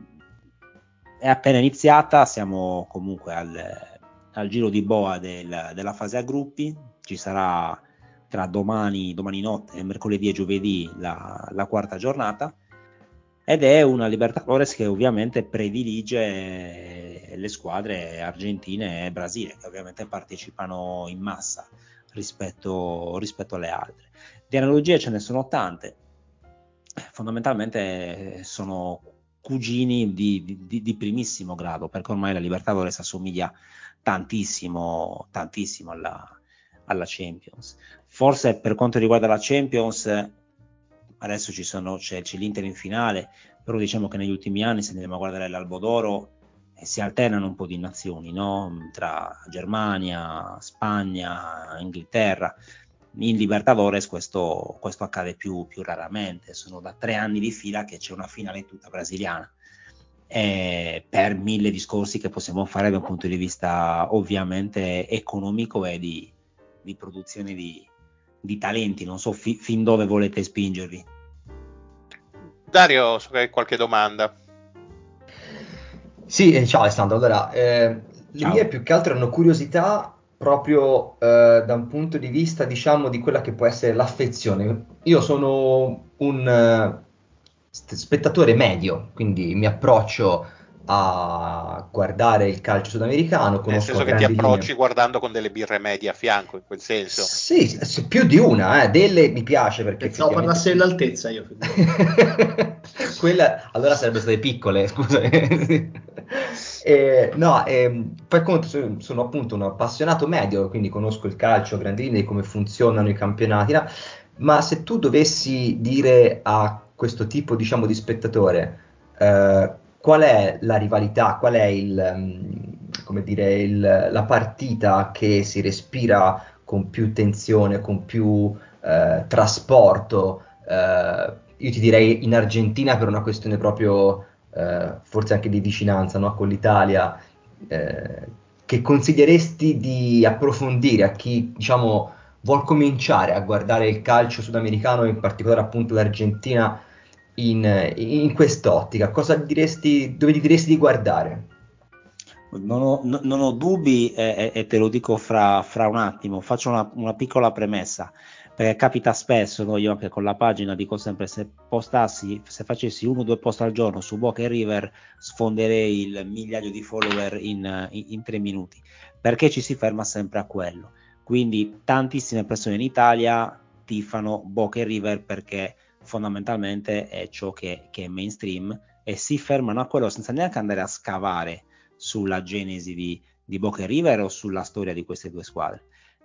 è appena iniziata, siamo comunque al, al giro di boa del, della fase a gruppi, ci sarà tra domani, domani notte, mercoledì e giovedì la, la quarta giornata, ed è una Libertadores che ovviamente predilige le squadre argentine e Brasile, che ovviamente partecipano in massa rispetto, rispetto alle altre. Di analogie ce ne sono tante, fondamentalmente sono cugini di, di, di primissimo grado, perché ormai la Libertadores assomiglia tantissimo, tantissimo alla, alla Champions. Forse per quanto riguarda la Champions, adesso ci sono, c'è, c'è l'Inter in finale, però diciamo che negli ultimi anni, se andiamo a guardare l'Albo d'Oro, eh, si alternano un po' di nazioni, no? Tra Germania, Spagna, Inghilterra. In Libertadores questo, questo accade più, più raramente, sono da tre anni di fila che c'è una finale tutta brasiliana, e per mille discorsi che possiamo fare da un punto di vista ovviamente economico e di, di produzione di, di talenti. Non so fi, fin dove volete spingervi.
Dario, so che hai qualche domanda.
Sì, eh, ciao Alessandro, allora eh, le
Ciao.
mie più che altro hanno curiosità proprio eh, da un punto di vista, diciamo, di quella che può essere l'affezione. Io sono un eh, st- spettatore medio, quindi mi approccio a guardare il calcio sudamericano,
Nel
conosco
senso
a
che ti
grandi
approcci
linee.
guardando con delle birre medie a fianco, in quel senso.
Sì, s- più di una, eh. Delle mi piace perché
Pensavo
effettivamente
parlasse dell'altezza io.
quella allora sarebbero state piccole, scusa. Eh, no, ehm, per conto sono, sono appunto un appassionato medio, quindi conosco il calcio a grandi linee, come funzionano i campionati, no? Ma se tu dovessi dire a questo tipo, diciamo, di spettatore eh, qual è la rivalità, qual è il, mm, come dire, il- la partita che si respira con più tensione, con più eh, trasporto, eh, io ti direi in Argentina per una questione proprio, eh, forse anche di vicinanza, no, con l'Italia, eh, che consiglieresti di approfondire a chi, diciamo, vuol cominciare a guardare il calcio sudamericano, in particolare appunto l'Argentina, in, in quest'ottica? Cosa diresti, dove ti diresti di guardare?
Non ho, no- non ho dubbi e, e- e te lo dico fra, fra un attimo. Faccio una, una piccola premessa, perché capita spesso, no? Io anche con la pagina dico sempre, se postassi, se facessi uno o due post al giorno su Boca e River, sfonderei il migliaio di follower in, in, in tre minuti, perché ci si ferma sempre a quello. Quindi tantissime persone in Italia tifano Boca e River perché fondamentalmente è ciò che, che è mainstream, e si fermano a quello senza neanche andare a scavare sulla genesi di, di Boca e River o sulla storia di queste due squadre.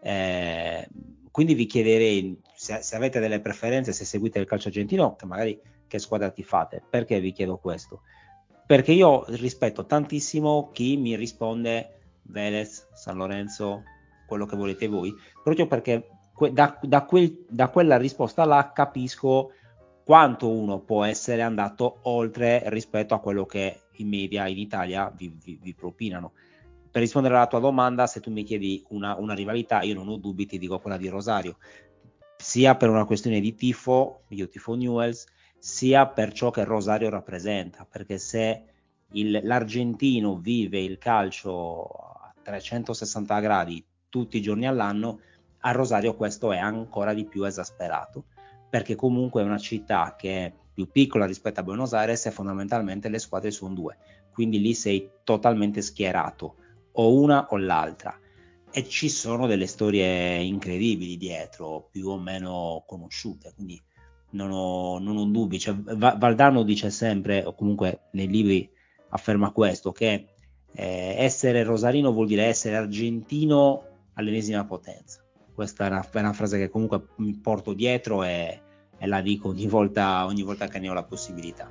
Eh, quindi vi chiederei se, se avete delle preferenze, se seguite il calcio argentino, che magari che squadra tifate. Perché vi chiedo questo? Perché io rispetto tantissimo chi mi risponde Vélez, San Lorenzo, quello che volete voi, proprio perché que- da, da, quel, da quella risposta là capisco quanto uno può essere andato oltre rispetto a quello che i media in Italia vi, vi, vi propinano. Per rispondere alla tua domanda, se tu mi chiedi una, una rivalità, io non ho dubbi, ti dico quella di Rosario, sia per una questione di tifo, io tifo Newell's, sia per ciò che Rosario rappresenta, perché se il, l'argentino vive il calcio a trecentosessanta gradi tutti i giorni all'anno, a Rosario questo è ancora di più esasperato, perché comunque è una città che è più piccola rispetto a Buenos Aires e fondamentalmente le squadre sono due, quindi lì sei totalmente schierato, o una o l'altra, e ci sono delle storie incredibili dietro, più o meno conosciute, quindi non ho, non ho dubbi. Cioè, Valdano dice sempre, o comunque nei libri afferma questo, che eh, essere rosarino vuol dire essere argentino all'ennesima potenza. Questa è una, è una frase che comunque mi porto dietro e, e la dico ogni volta, ogni volta che ne ho la possibilità.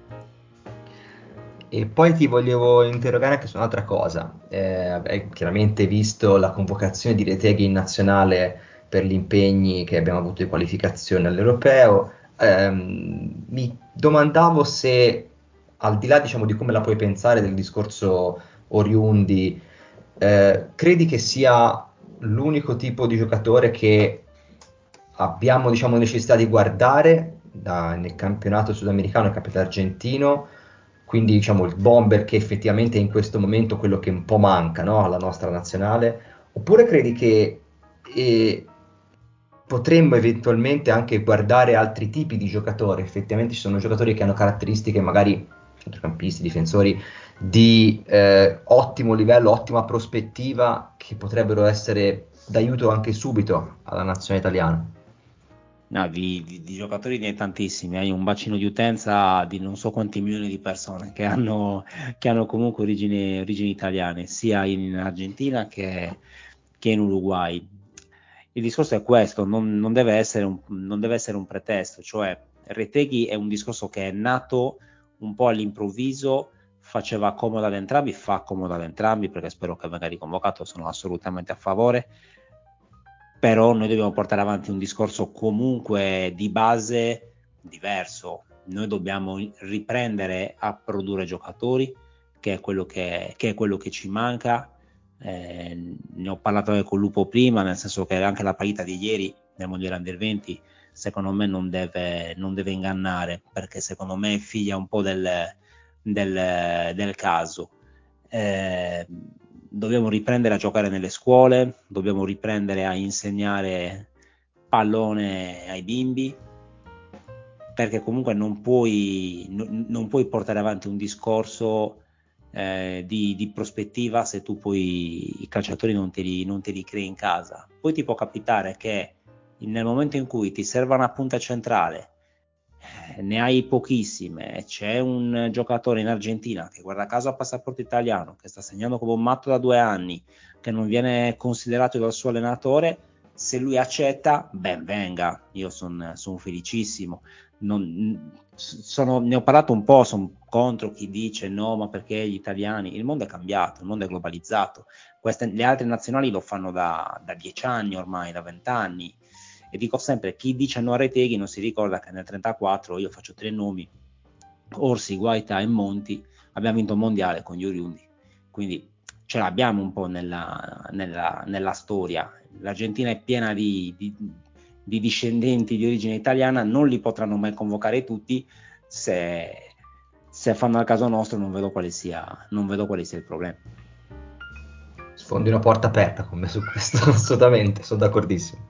E poi ti volevo interrogare anche su un'altra cosa. Eh, hai chiaramente visto la convocazione di Retegui in nazionale per gli impegni che abbiamo avuto di qualificazione all'Europeo. Ehm, mi domandavo se, al di là, diciamo, di come la puoi pensare del discorso Oriundi, eh, credi che sia l'unico tipo di giocatore che abbiamo, diciamo, necessità di guardare da- nel campionato sudamericano e nel campionato argentino, quindi diciamo il bomber che effettivamente è in questo momento quello che un po' manca, no, alla nostra nazionale, oppure credi che eh, potremmo eventualmente anche guardare altri tipi di giocatori? Effettivamente ci sono giocatori che hanno caratteristiche, magari centrocampisti, difensori, di eh, ottimo livello, ottima prospettiva, che potrebbero essere d'aiuto anche subito alla nazione italiana.
No, di, di, di giocatori ne hai tantissimi, hai un bacino di utenza di non so quanti milioni di persone che hanno, che hanno comunque origini, origini italiane, sia in Argentina che, che in Uruguay. Il discorso è questo, non, non deve essere un, non deve essere un pretesto, cioè Retegui è un discorso che è nato un po' all'improvviso, faceva comodo ad entrambi, fa comodo ad entrambi, perché spero che venga riconvocato, sono assolutamente a favore. Però noi dobbiamo portare avanti un discorso comunque di base diverso. Noi dobbiamo riprendere a produrre giocatori, che è quello che, che, è quello che ci manca. Eh, ne ho parlato anche con Lupo prima, nel senso che anche la partita di ieri nel Mondiale Under venti secondo me non deve, non deve ingannare, perché secondo me è figlia un po' del, del, del caso. Eh, dobbiamo riprendere a giocare nelle scuole, dobbiamo riprendere a insegnare pallone ai bimbi, perché comunque non puoi, non, non puoi portare avanti un discorso eh, di, di prospettiva se tu poi i calciatori non te, li, non te li crei in casa. Poi ti può capitare che nel momento in cui ti serva una punta centrale, ne hai pochissime, c'è un giocatore in Argentina che guarda caso ha passaporto italiano, che sta segnando come un matto da due anni, che non viene considerato dal suo allenatore, se lui accetta, ben venga, io sono son felicissimo. Non, sono, ne ho parlato un po', sono contro chi dice no, ma perché gli italiani? Il mondo è cambiato, il mondo è globalizzato. Queste, le altre nazionali lo fanno da, da dieci anni ormai, da venti anni. E dico sempre, chi dice no a Retegui non si ricorda che nel trentaquattro, io faccio tre nomi, Orsi, Guaita e Monti, abbiamo vinto il mondiale con gli Oriundi, quindi ce l'abbiamo un po' nella, nella, nella storia. L'Argentina è piena di, di, di discendenti di origine italiana, non li potranno mai convocare tutti, se, se fanno al caso nostro non vedo quale sia, non vedo quale sia il problema.
Sfondi una porta aperta con me su questo, assolutamente, sono d'accordissimo.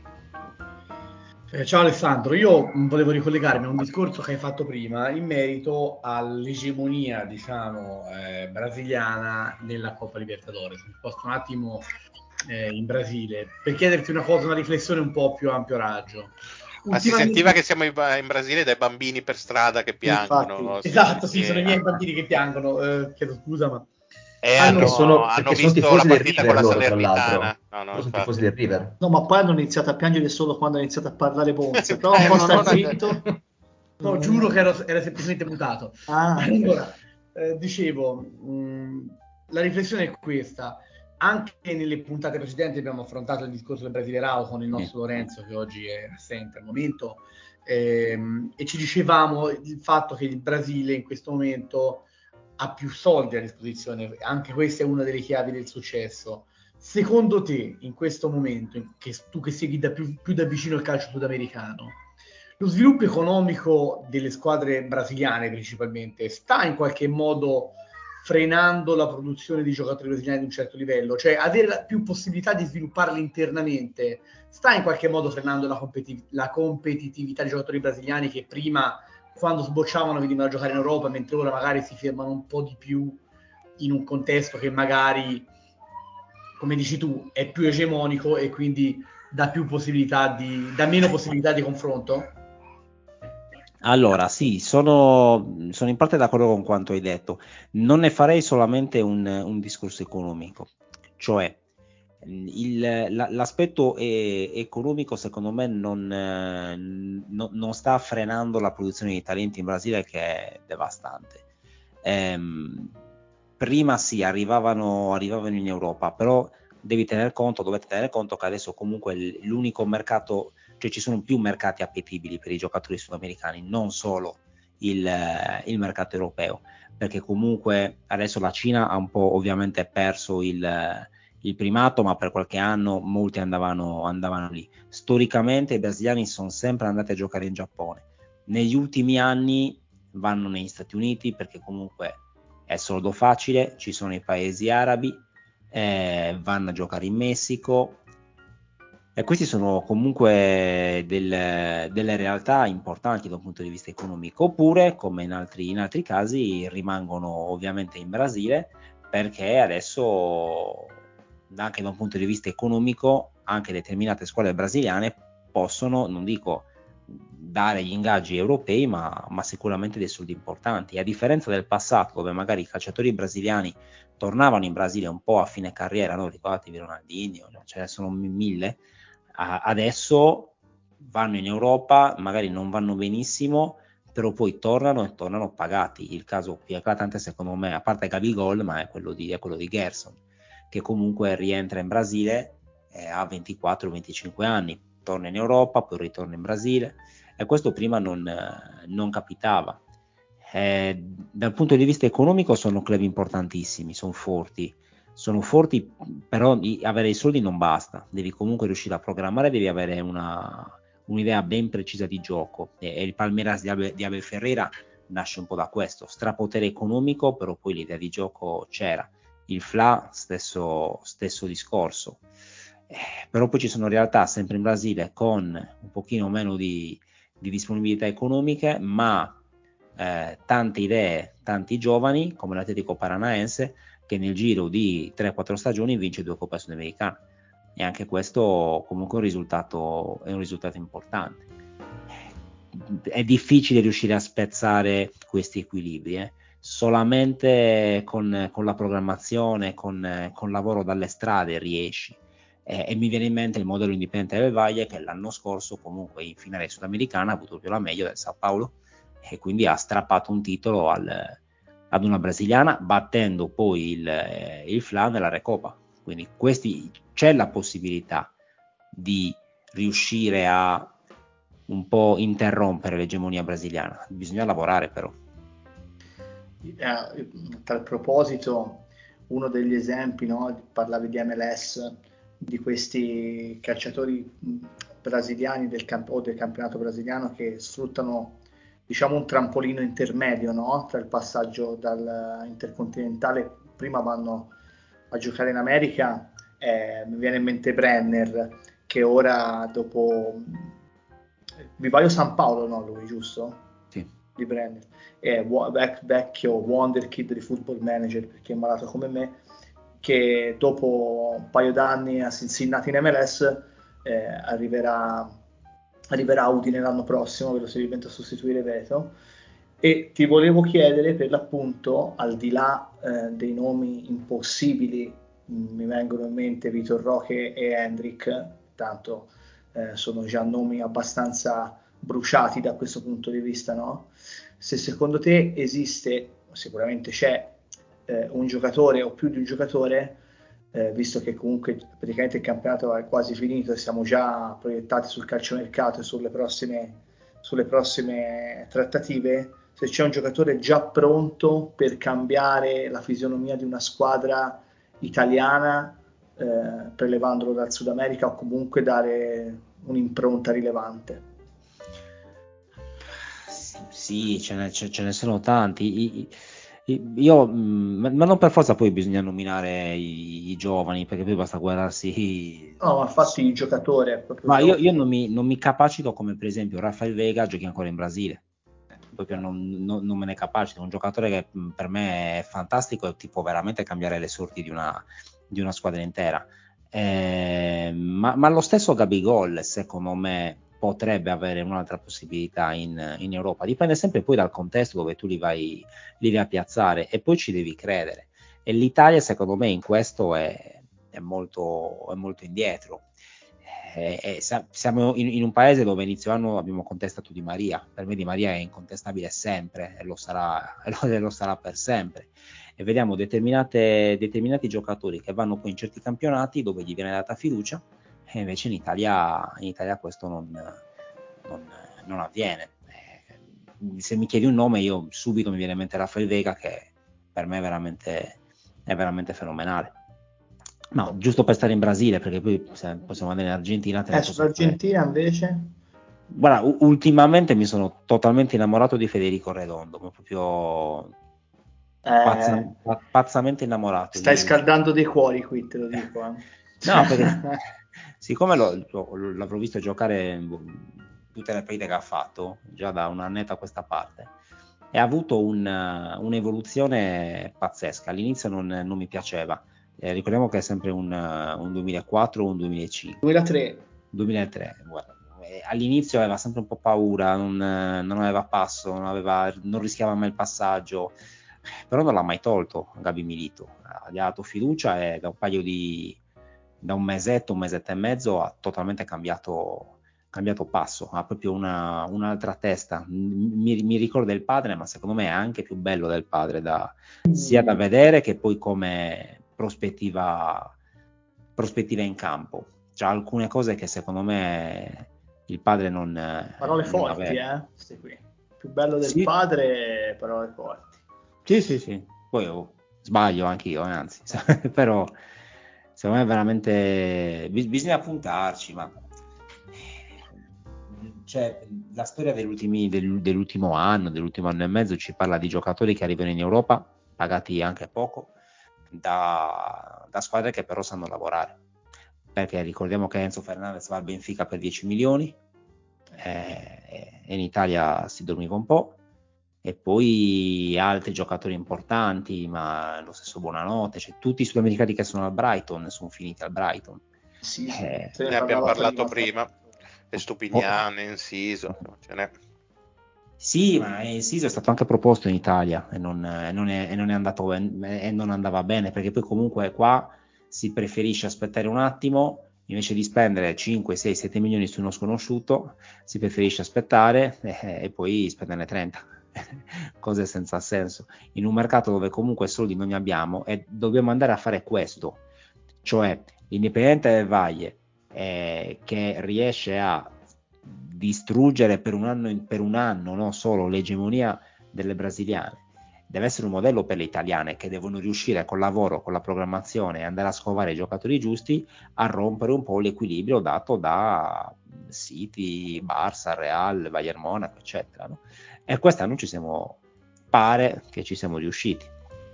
Eh, ciao Alessandro, io volevo ricollegarmi a un discorso che hai fatto prima in merito all'egemonia, diciamo, eh, brasiliana nella Coppa Libertadores. Mi sposto un attimo eh, in Brasile per chiederti una cosa, una riflessione un po' più ampio raggio.
Ma si sentiva che siamo in, in Brasile dai bambini per strada che piangono. No? Sì,
esatto,
sì,
sì,
sì,
sono i
eh.
miei bambini che piangono, eh, chiedo scusa, ma...
E
Hanno-
hanno,
Perché sono,
hanno
perché sono
visto
tifosi
la
del
partita
River
con la
loro, tra
Salernitana.
l'altro.
No, no,
Loro sono
infatti.
tifosi del River.
No, ma poi hanno iniziato a piangere solo quando ha iniziato a parlare Bonza. Però
Eh,
un po'
no,
sta
non è-
zitto.
No, giuro che ero, era semplicemente mutato.
Ah,
Allora, eh, dicevo, mh, la riflessione è questa. Anche nelle puntate precedenti abbiamo affrontato il discorso del Brasileirao con il nostro Lorenzo, che oggi è assente al momento, ehm, e ci dicevamo il fatto che il Brasile in questo momento ha più soldi a disposizione. Anche questa è una delle chiavi del successo. Secondo te, in questo momento, in- che tu che segui da più, più da vicino il calcio sudamericano, lo sviluppo economico delle squadre brasiliane principalmente sta in qualche modo frenando la produzione di giocatori brasiliani di un certo livello? Cioè avere la- più possibilità di svilupparli internamente sta in qualche modo frenando la, competi- la competitività dei giocatori brasiliani che prima, quando sbocciavano, venivano a giocare in Europa, mentre ora magari si fermano un po' di più in un contesto che magari, come dici tu, è più egemonico e quindi dà più possibilità di, dà meno possibilità di confronto?
Allora, sì, sono, sono in parte d'accordo con quanto hai detto. Non ne farei solamente un, un discorso economico, cioè mh, il- la- l'aspetto e- economico secondo me non, eh, no- non sta frenando la produzione di talenti in Brasile, che è devastante. Ehm, Prima sì, arrivavano, arrivavano in Europa, però devi tener conto, dovete tener conto che adesso comunque l- l'unico mercato, cioè ci sono più mercati appetibili per i giocatori sudamericani, non solo il, eh, il mercato europeo, perché comunque adesso la Cina ha un po' ovviamente perso il, eh, il primato, ma per qualche anno molti andavano, andavano lì. Storicamente i brasiliani sono sempre andati a giocare in Giappone. Negli ultimi anni vanno negli Stati Uniti perché comunque è soldo facile, ci sono i paesi arabi, eh, vanno a giocare in Messico, e questi sono comunque del- delle realtà importanti da un punto di vista economico. Oppure, come in altri, in altri casi, rimangono ovviamente in Brasile, perché adesso, anche da un punto di vista economico, anche determinate squadre brasiliane possono, non dico dare gli ingaggi europei, ma, ma sicuramente dei soldi importanti. E a differenza del passato, dove magari i calciatori brasiliani tornavano in Brasile un po' a fine carriera, no? Ricordatevi Ronaldinho, no? Ce ne sono mille. Uh, adesso vanno in Europa, magari non vanno benissimo, però poi tornano e tornano pagati. Il caso più eclatante secondo me, a parte Gabigol, ma è quello di, è quello di Gerson, che comunque rientra in Brasile eh, a ventiquattro venticinque anni, torna in Europa, poi ritorna in Brasile, e questo prima non, eh, non capitava. Eh, dal punto di vista economico sono club importantissimi, sono forti, sono forti, però avere i soldi non basta, devi comunque riuscire a programmare, devi avere una, un'idea ben precisa di gioco, e, e il Palmeiras di Abel, di Abel Ferreira nasce un po' da questo, strapotere economico, però poi l'idea di gioco c'era. Il F L A stesso, stesso discorso, eh, però poi ci sono realtà sempre in Brasile con un pochino meno di, di disponibilità economiche, ma eh, tante idee, tanti giovani come l'Atletico Paranaense, che nel giro di tre quattro stagioni vince due Coppe Sudamericane, e anche questo comunque è un risultato, è un risultato importante. È difficile riuscire a spezzare questi equilibri, eh. Solamente con, con la programmazione, con, con lavoro dalle strade riesci. Eh, e mi viene in mente il modello indipendente del Valle, che l'anno scorso comunque in finale sudamericana ha avuto più la meglio del Sao Paulo, e quindi ha strappato un titolo al, ad una brasiliana, battendo poi il, il F L A nella Recopa. Quindi questi, c'è la possibilità di riuscire a un po' interrompere l'egemonia brasiliana, bisogna lavorare però.
Eh, a tal proposito, uno degli esempi, no? Parlavi di M L S, di questi calciatori brasiliani del camp- o del campionato brasiliano che sfruttano, diciamo un trampolino intermedio, no? Tra il passaggio dal intercontinentale, prima vanno a giocare in America, eh, mi viene in mente Brenner, che ora dopo Vivaio San Paolo, no lui, giusto?
Sì.
Di Brenner, è vec- vecchio wonderkid di Football Manager, perché è malato come me, che dopo un paio d'anni a Cincinnati in M L S eh, arriverà, arriverà a Udine l'anno prossimo, verosimilmente a sostituire Veto. E ti volevo chiedere, per l'appunto, al di là eh, dei nomi impossibili, mh, mi vengono in mente Vitor Roque e Hendrik, tanto eh, sono già nomi abbastanza bruciati da questo punto di vista, no? Se secondo te esiste, sicuramente c'è, eh, un giocatore o più di un giocatore, eh, visto che comunque praticamente il campionato è quasi finito e siamo già proiettati sul calciomercato e sulle prossime, sulle prossime trattative, se c'è un giocatore già pronto per cambiare la fisionomia di una squadra italiana, eh, prelevandolo dal Sud America, o comunque dare un'impronta rilevante.
Sì, ce ne, ce, ce ne sono tanti. I, i, io, mh, ma non per forza poi bisogna nominare i, i giovani, perché poi basta guardarsi.
No, ma infatti il giocatore è proprio
Ma io,
giovane.
io non, mi, non mi capacito come per esempio Rafael Vega giochi ancora in Brasile. Proprio non, non, non me ne capacito. È un giocatore che mh, per me è fantastico e tipo veramente cambiare le sorti di una, di una squadra intera. Eh, ma, ma lo stesso Gabigol, secondo me, potrebbe avere un'altra possibilità in, in Europa. Dipende sempre poi dal contesto dove tu li vai, li vai a piazzare, e poi ci devi credere. E l'Italia, secondo me, in questo è, è, molto, è molto indietro. Eh, eh, siamo in, in un paese dove inizio anno abbiamo contestato Di Maria. Per me Di Maria è incontestabile sempre e lo sarà, e lo, e lo sarà per sempre. E vediamo determinate, determinati giocatori che vanno poi in certi campionati dove gli viene data fiducia, e invece in Italia, in Italia questo non, non, non avviene. Eh, se mi chiedi un nome, io subito mi viene in mente Rafael Vega, che per me è veramente, è veramente fenomenale. No, giusto per stare in Brasile, perché poi se possiamo andare in Argentina. Te ne
Eh,
posso
sull'Argentina
fare.
invece?
Guarda, u- ultimamente mi sono totalmente innamorato di Federico Redondo, ma proprio pazza-
Eh,
pa- pazzamente innamorato
stai
di lui.
scaldando dei cuori qui, te lo dico. Eh.
No, perché siccome lo- lo- l'avrò visto giocare in tutte le partite che ha fatto, già da un annetto a questa parte, e ha avuto un, un'evoluzione pazzesca. All'inizio non, non mi piaceva. Eh, ricordiamo che è sempre un, un duemilaquattro o un duemilacinque.
duemilatré.
duemilatré, guarda. Eh, All'inizio aveva sempre un po' paura, non, non aveva passo, non, aveva, non rischiava mai il passaggio, però non l'ha mai tolto Gabi Milito. Gli ha dato fiducia e da un paio di da un mesetto, un mesetto e mezzo ha totalmente cambiato, cambiato passo, ha proprio una, un'altra testa. Mi, mi ricorda il padre, ma secondo me è anche più bello del padre, da, sia da vedere che poi come prospettiva, prospettiva in campo. C'ha alcune cose che secondo me il padre non,
Parole
non
forti,
aveva.
eh? Queste qui. Più bello del
Sì,
padre, parole forti.
sì, sì, sì. Poi oh, sbaglio anch'io, eh, anzi, però secondo me veramente bis- bisogna puntarci, ma cioè, la storia dell'ultimi- del- dell'ultimo anno, dell'ultimo anno e mezzo ci parla di giocatori che arrivano in Europa, pagati anche poco, da, da squadre che però sanno lavorare. Perché ricordiamo che Enzo Fernandez va al Benfica per dieci milioni, eh, e in Italia si dormiva un po'. E poi altri giocatori importanti, ma lo stesso Buonanotte, cioè tutti i sudamericani che sono al Brighton sono finiti al Brighton.
Sì, sì.
Eh,
Se ne
Ne abbiamo
parlava
parlato
prima.
prima. E
po-
Stupignane, Inciso, ce n'è.
Sì, ma Siso è stato anche proposto in Italia e non, e non è, e non è andato ben- e non andava bene, perché poi comunque qua si preferisce aspettare un attimo, invece di spendere cinque, sei, sette milioni su uno sconosciuto, si preferisce aspettare e, e poi spenderne trenta. Cose senza senso. In un mercato dove comunque soldi non ne abbiamo e dobbiamo andare a fare questo, cioè l'Indipendiente del Valle, eh, che riesce a distruggere per un anno, per un anno, no, solo l'egemonia delle brasiliane, deve essere un modello per le italiane che devono riuscire col lavoro, con la programmazione e andare a scovare i giocatori giusti a rompere un po' l'equilibrio dato da City, Barça, Real, Bayern Monaco, eccetera, no? E quest'anno ci siamo, pare che ci siamo riusciti,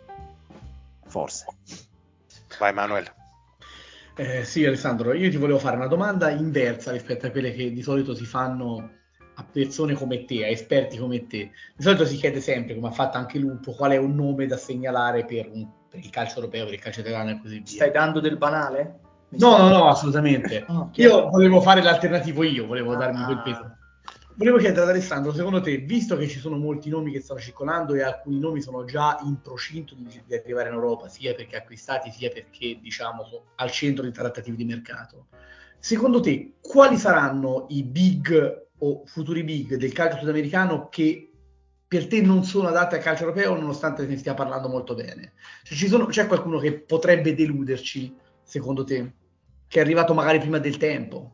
forse.
Vai Manuel.
Eh, sì, Alessandro, io ti volevo fare una domanda inversa rispetto a quelle che di solito si fanno a persone come te, a esperti come te. Di solito si chiede sempre, come ha fatto anche Lupo, qual è un nome da segnalare per, un, per il calcio europeo, per il calcio italiano e così via.
Stai dando del banale? Mi
No,
stai...
no, no, assolutamente.
Oh,
Io volevo fare l'alternativo io, volevo
ah,
darmi quel peso. Volevo chiedere ad Alessandro, secondo te, visto che ci sono molti nomi che stanno circolando e alcuni nomi sono già in procinto di, di arrivare in Europa, sia perché acquistati, sia perché, diciamo, sono al centro di trattative di mercato, secondo te, quali saranno i big o futuri big del calcio sudamericano che per te non sono adatti al calcio europeo, nonostante ne stia parlando molto bene? Cioè, ci sono, c'è qualcuno che potrebbe deluderci, secondo te, che è arrivato magari prima del tempo?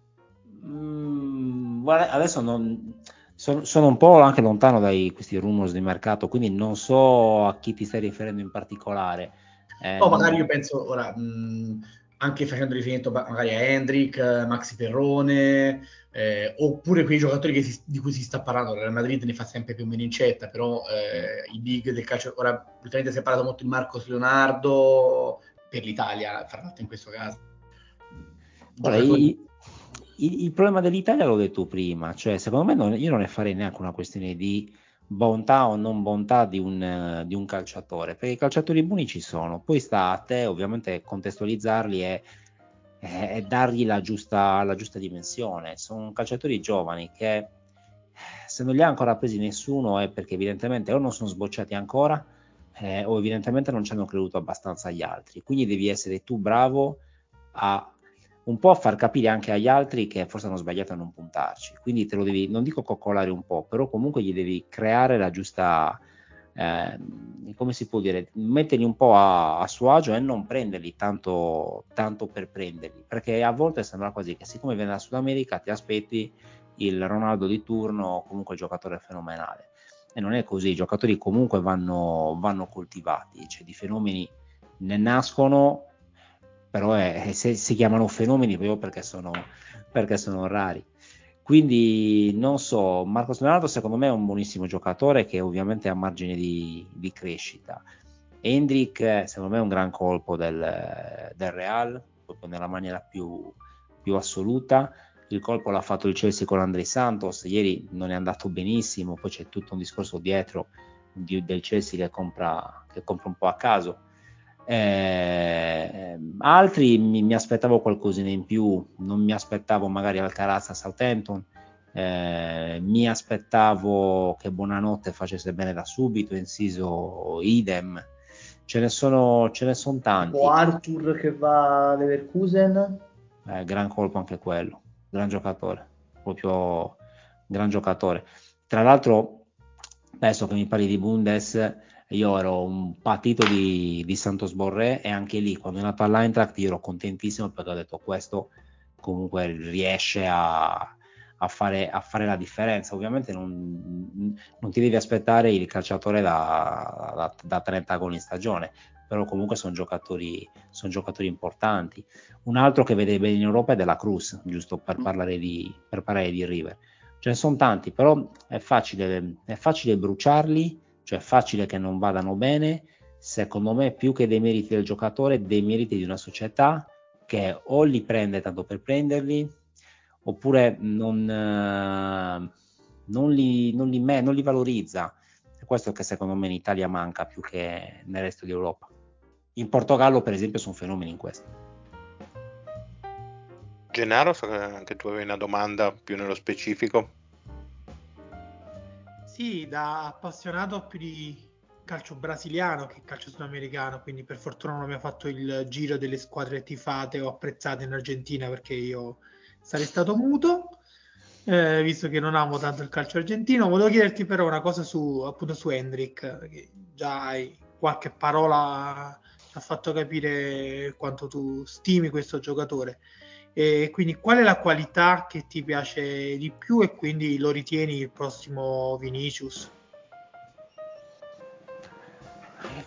Mm, guarda, adesso non, sono, sono un po' anche lontano da questi rumors di mercato, quindi non so a chi ti stai riferendo in particolare. Eh,
No, magari io penso ora, mh, anche facendo riferimento ba- magari a Hendrik, eh, Maxi Perrone, eh, oppure quei giocatori che si- di cui si sta parlando. Il Real Madrid ne fa sempre più o meno incetta, però eh, i big del calcio, ora ultimamente si è parlato molto di Marcos Leonardo per l'Italia, fra l'altro in questo caso.
Guarda,
Giocatori...
i- i- il problema dell'Italia l'ho detto prima, cioè secondo me non- io non ne farei neanche una questione di bontà o non bontà di un, eh, di un calciatore, perché i calciatori buoni ci sono, poi sta a te ovviamente contestualizzarli e, e- e dargli la giusta, la giusta dimensione. Sono calciatori giovani che se non li ha ancora presi nessuno è perché evidentemente o non sono sbocciati ancora eh, o evidentemente non ci hanno creduto abbastanza agli altri, quindi devi essere tu bravo a un po' a far capire anche agli altri che forse hanno sbagliato a non puntarci, quindi te lo devi, non dico coccolare un po', però comunque gli devi creare la giusta, eh, come si può dire, metterli un po' a, a suo agio e non prenderli tanto, tanto per prenderli, perché a volte sembra quasi che siccome viene da Sud America ti aspetti il Ronaldo di turno o comunque il giocatore fenomenale, e non è così, i giocatori comunque vanno, vanno coltivati, cioè di fenomeni ne nascono, però è, se, si chiamano fenomeni proprio perché sono, perché sono rari. Quindi non so, Marcos Leonardo secondo me è un buonissimo giocatore che ovviamente ha margine di, di crescita. Hendrik secondo me è un gran colpo del, del Real, proprio nella maniera più, più assoluta. Il colpo l'ha fatto il Chelsea con Andrei Santos, ieri non è andato benissimo, poi c'è tutto un discorso dietro di, del Chelsea che compra, che compra un po' a caso. Eh, altri mi, mi aspettavo qualcosina in più, non mi aspettavo magari Alcaraz a Southampton, eh, mi aspettavo che Buonanotte facesse bene da subito, Inciso idem, ce ne sono, ce ne sono tanti.
Tipo Arthur che va a Leverkusen.
Eh, gran colpo anche quello, gran giocatore, proprio gran giocatore. Tra l'altro, adesso che mi parli di Bundes, io ero un patito di, di Santos Borré e anche lì quando è nato all'Eintracht io ero contentissimo perché ho detto questo comunque riesce a, a, fare, a fare la differenza. Ovviamente non, non ti devi aspettare il calciatore da, da, da trenta gol in stagione, però comunque sono giocatori, sono giocatori importanti. Un altro che vede bene in Europa è Dela Cruz, giusto per parlare di, per parlare di River. Ce ne sono tanti, però è facile, è facile bruciarli, cioè è facile che non vadano bene, secondo me più che dei meriti del giocatore, dei meriti di una società che o li prende tanto per prenderli, oppure non, eh, non, li, non, li, non li valorizza. È questo che secondo me in Italia manca più che nel resto d'Europa. In Portogallo, per esempio, sono fenomeni in questo.
Gennaro, so che anche tu avevi una domanda più nello specifico.
Sì, da appassionato più di calcio brasiliano che calcio sudamericano, quindi per fortuna non mi ha fatto il giro delle squadre tifate o apprezzate in Argentina perché io sarei stato muto, eh, visto che non amo tanto il calcio argentino. Volevo chiederti però una cosa su, appunto su Hendrik, che già hai qualche parola ci ha fatto capire quanto tu stimi questo giocatore. E quindi qual è la qualità che ti piace di più e quindi lo ritieni il prossimo Vinicius?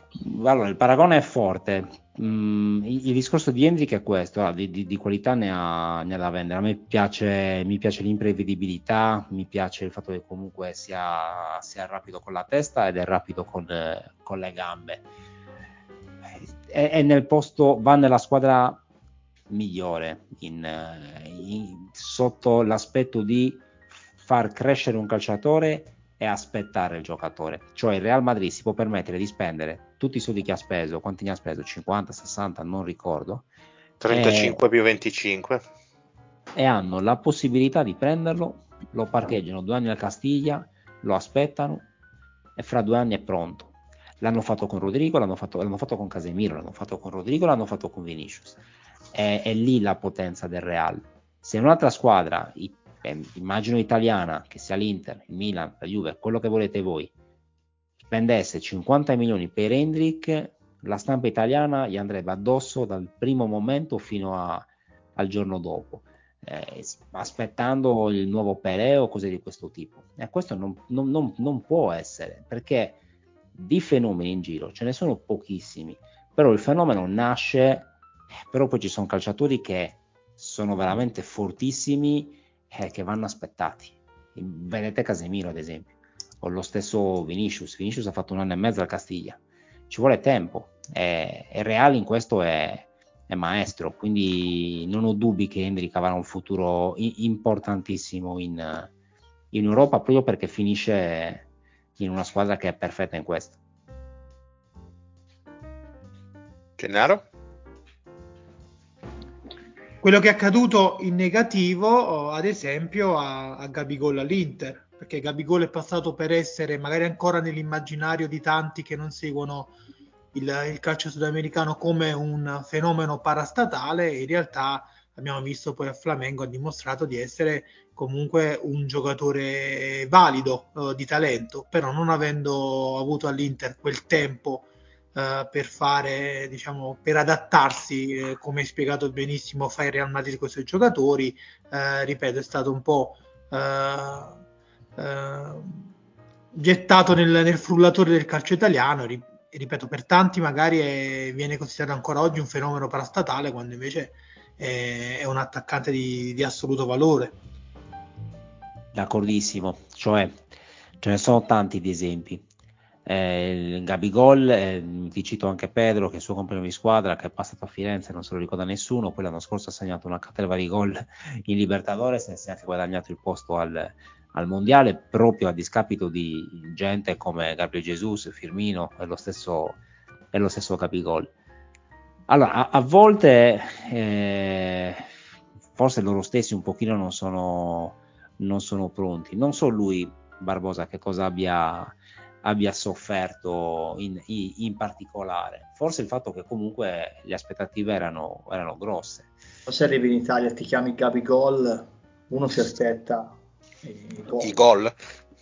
Allora, il paragone è forte. Mm, il, il discorso di Hendrick è questo, ah, di, di- di qualità ne ha, ne ha da vendere. A me piace, mi piace l'imprevedibilità, mi piace il fatto che comunque sia, sia rapido con la testa ed è rapido con, eh, con le gambe. È, è nel posto, va nella squadra migliore in, eh, in- sotto l'aspetto di far crescere un calciatore e aspettare il giocatore. Cioè il Real Madrid si può permettere di spendere tutti i soldi che ha speso, quanti ne ha speso? cinquanta, sessanta, non ricordo,
trentacinque più venticinque.
e hanno la possibilità di prenderlo, lo parcheggiano due anni al Castiglia, lo aspettano e fra due anni è pronto. L'hanno fatto con Rodrigo, l'hanno fatto, l'hanno fatto con Casemiro, l'hanno fatto con Rodrigo, l'hanno fatto con Vinicius. È, è lì la potenza del Real. Se un'altra squadra, i- eh, immagino italiana, che sia l'Inter, il Milan, la Juve, quello che volete voi, spendesse cinquanta milioni per Hendrick, la stampa italiana gli andrebbe addosso dal primo momento fino a- al giorno dopo, eh, aspettando il nuovo Pelé o cose di questo tipo. E questo non, non- non- non può essere, perché di fenomeni in giro ce ne sono pochissimi, però il fenomeno nasce, però poi ci sono calciatori che sono veramente fortissimi e che vanno aspettati. Vedete Casemiro ad esempio, o lo stesso Vinicius. Vinicius ha fatto un anno e mezzo al Castiglia, ci vuole tempo, e, e Real in questo è, è maestro, quindi non ho dubbi che Hendrick avrà un futuro i- importantissimo in, in Europa, proprio perché finisce in una squadra che è perfetta in questo.
Gennaro?
Quello che è accaduto in negativo, ad esempio, a, a Gabigol all'Inter, perché Gabigol è passato per essere magari ancora nell'immaginario di tanti che non seguono il, il calcio sudamericano come un fenomeno parastatale, e in realtà abbiamo visto poi a Flamengo ha dimostrato di essere comunque un giocatore valido, eh, di talento, però non avendo avuto all'Inter quel tempo Uh, per fare, diciamo, per adattarsi, eh, come hai spiegato benissimo, fa il Real Madrid con i suoi giocatori, uh, ripeto, è stato un po' uh, uh, gettato nel, nel frullatore del calcio italiano, e ripeto, per tanti magari è, viene considerato ancora oggi un fenomeno parastatale, quando invece è, è un attaccante di, di assoluto valore.
D'accordissimo, cioè ce ne sono tanti di esempi. Eh, Gabigol, eh, ti cito anche Pedro, che è il suo compagno di squadra, che è passato a Firenze, non se lo ricorda nessuno, poi l'anno scorso ha segnato una caterva di gol in Libertadores e si è anche guadagnato il posto al, al mondiale, proprio a discapito di gente come Gabriel Jesus, Firmino e lo stesso, e lo stesso Gabigol. Allora, a, a volte eh, forse loro stessi un pochino non sono, non sono pronti. Non so lui, Barbosa, che cosa abbia, abbia sofferto in, in particolare. Forse il fatto che comunque le aspettative erano, erano grosse.
Se arrivi in Italia e ti chiami Gabigol, uno si aspetta i gol.
I gol.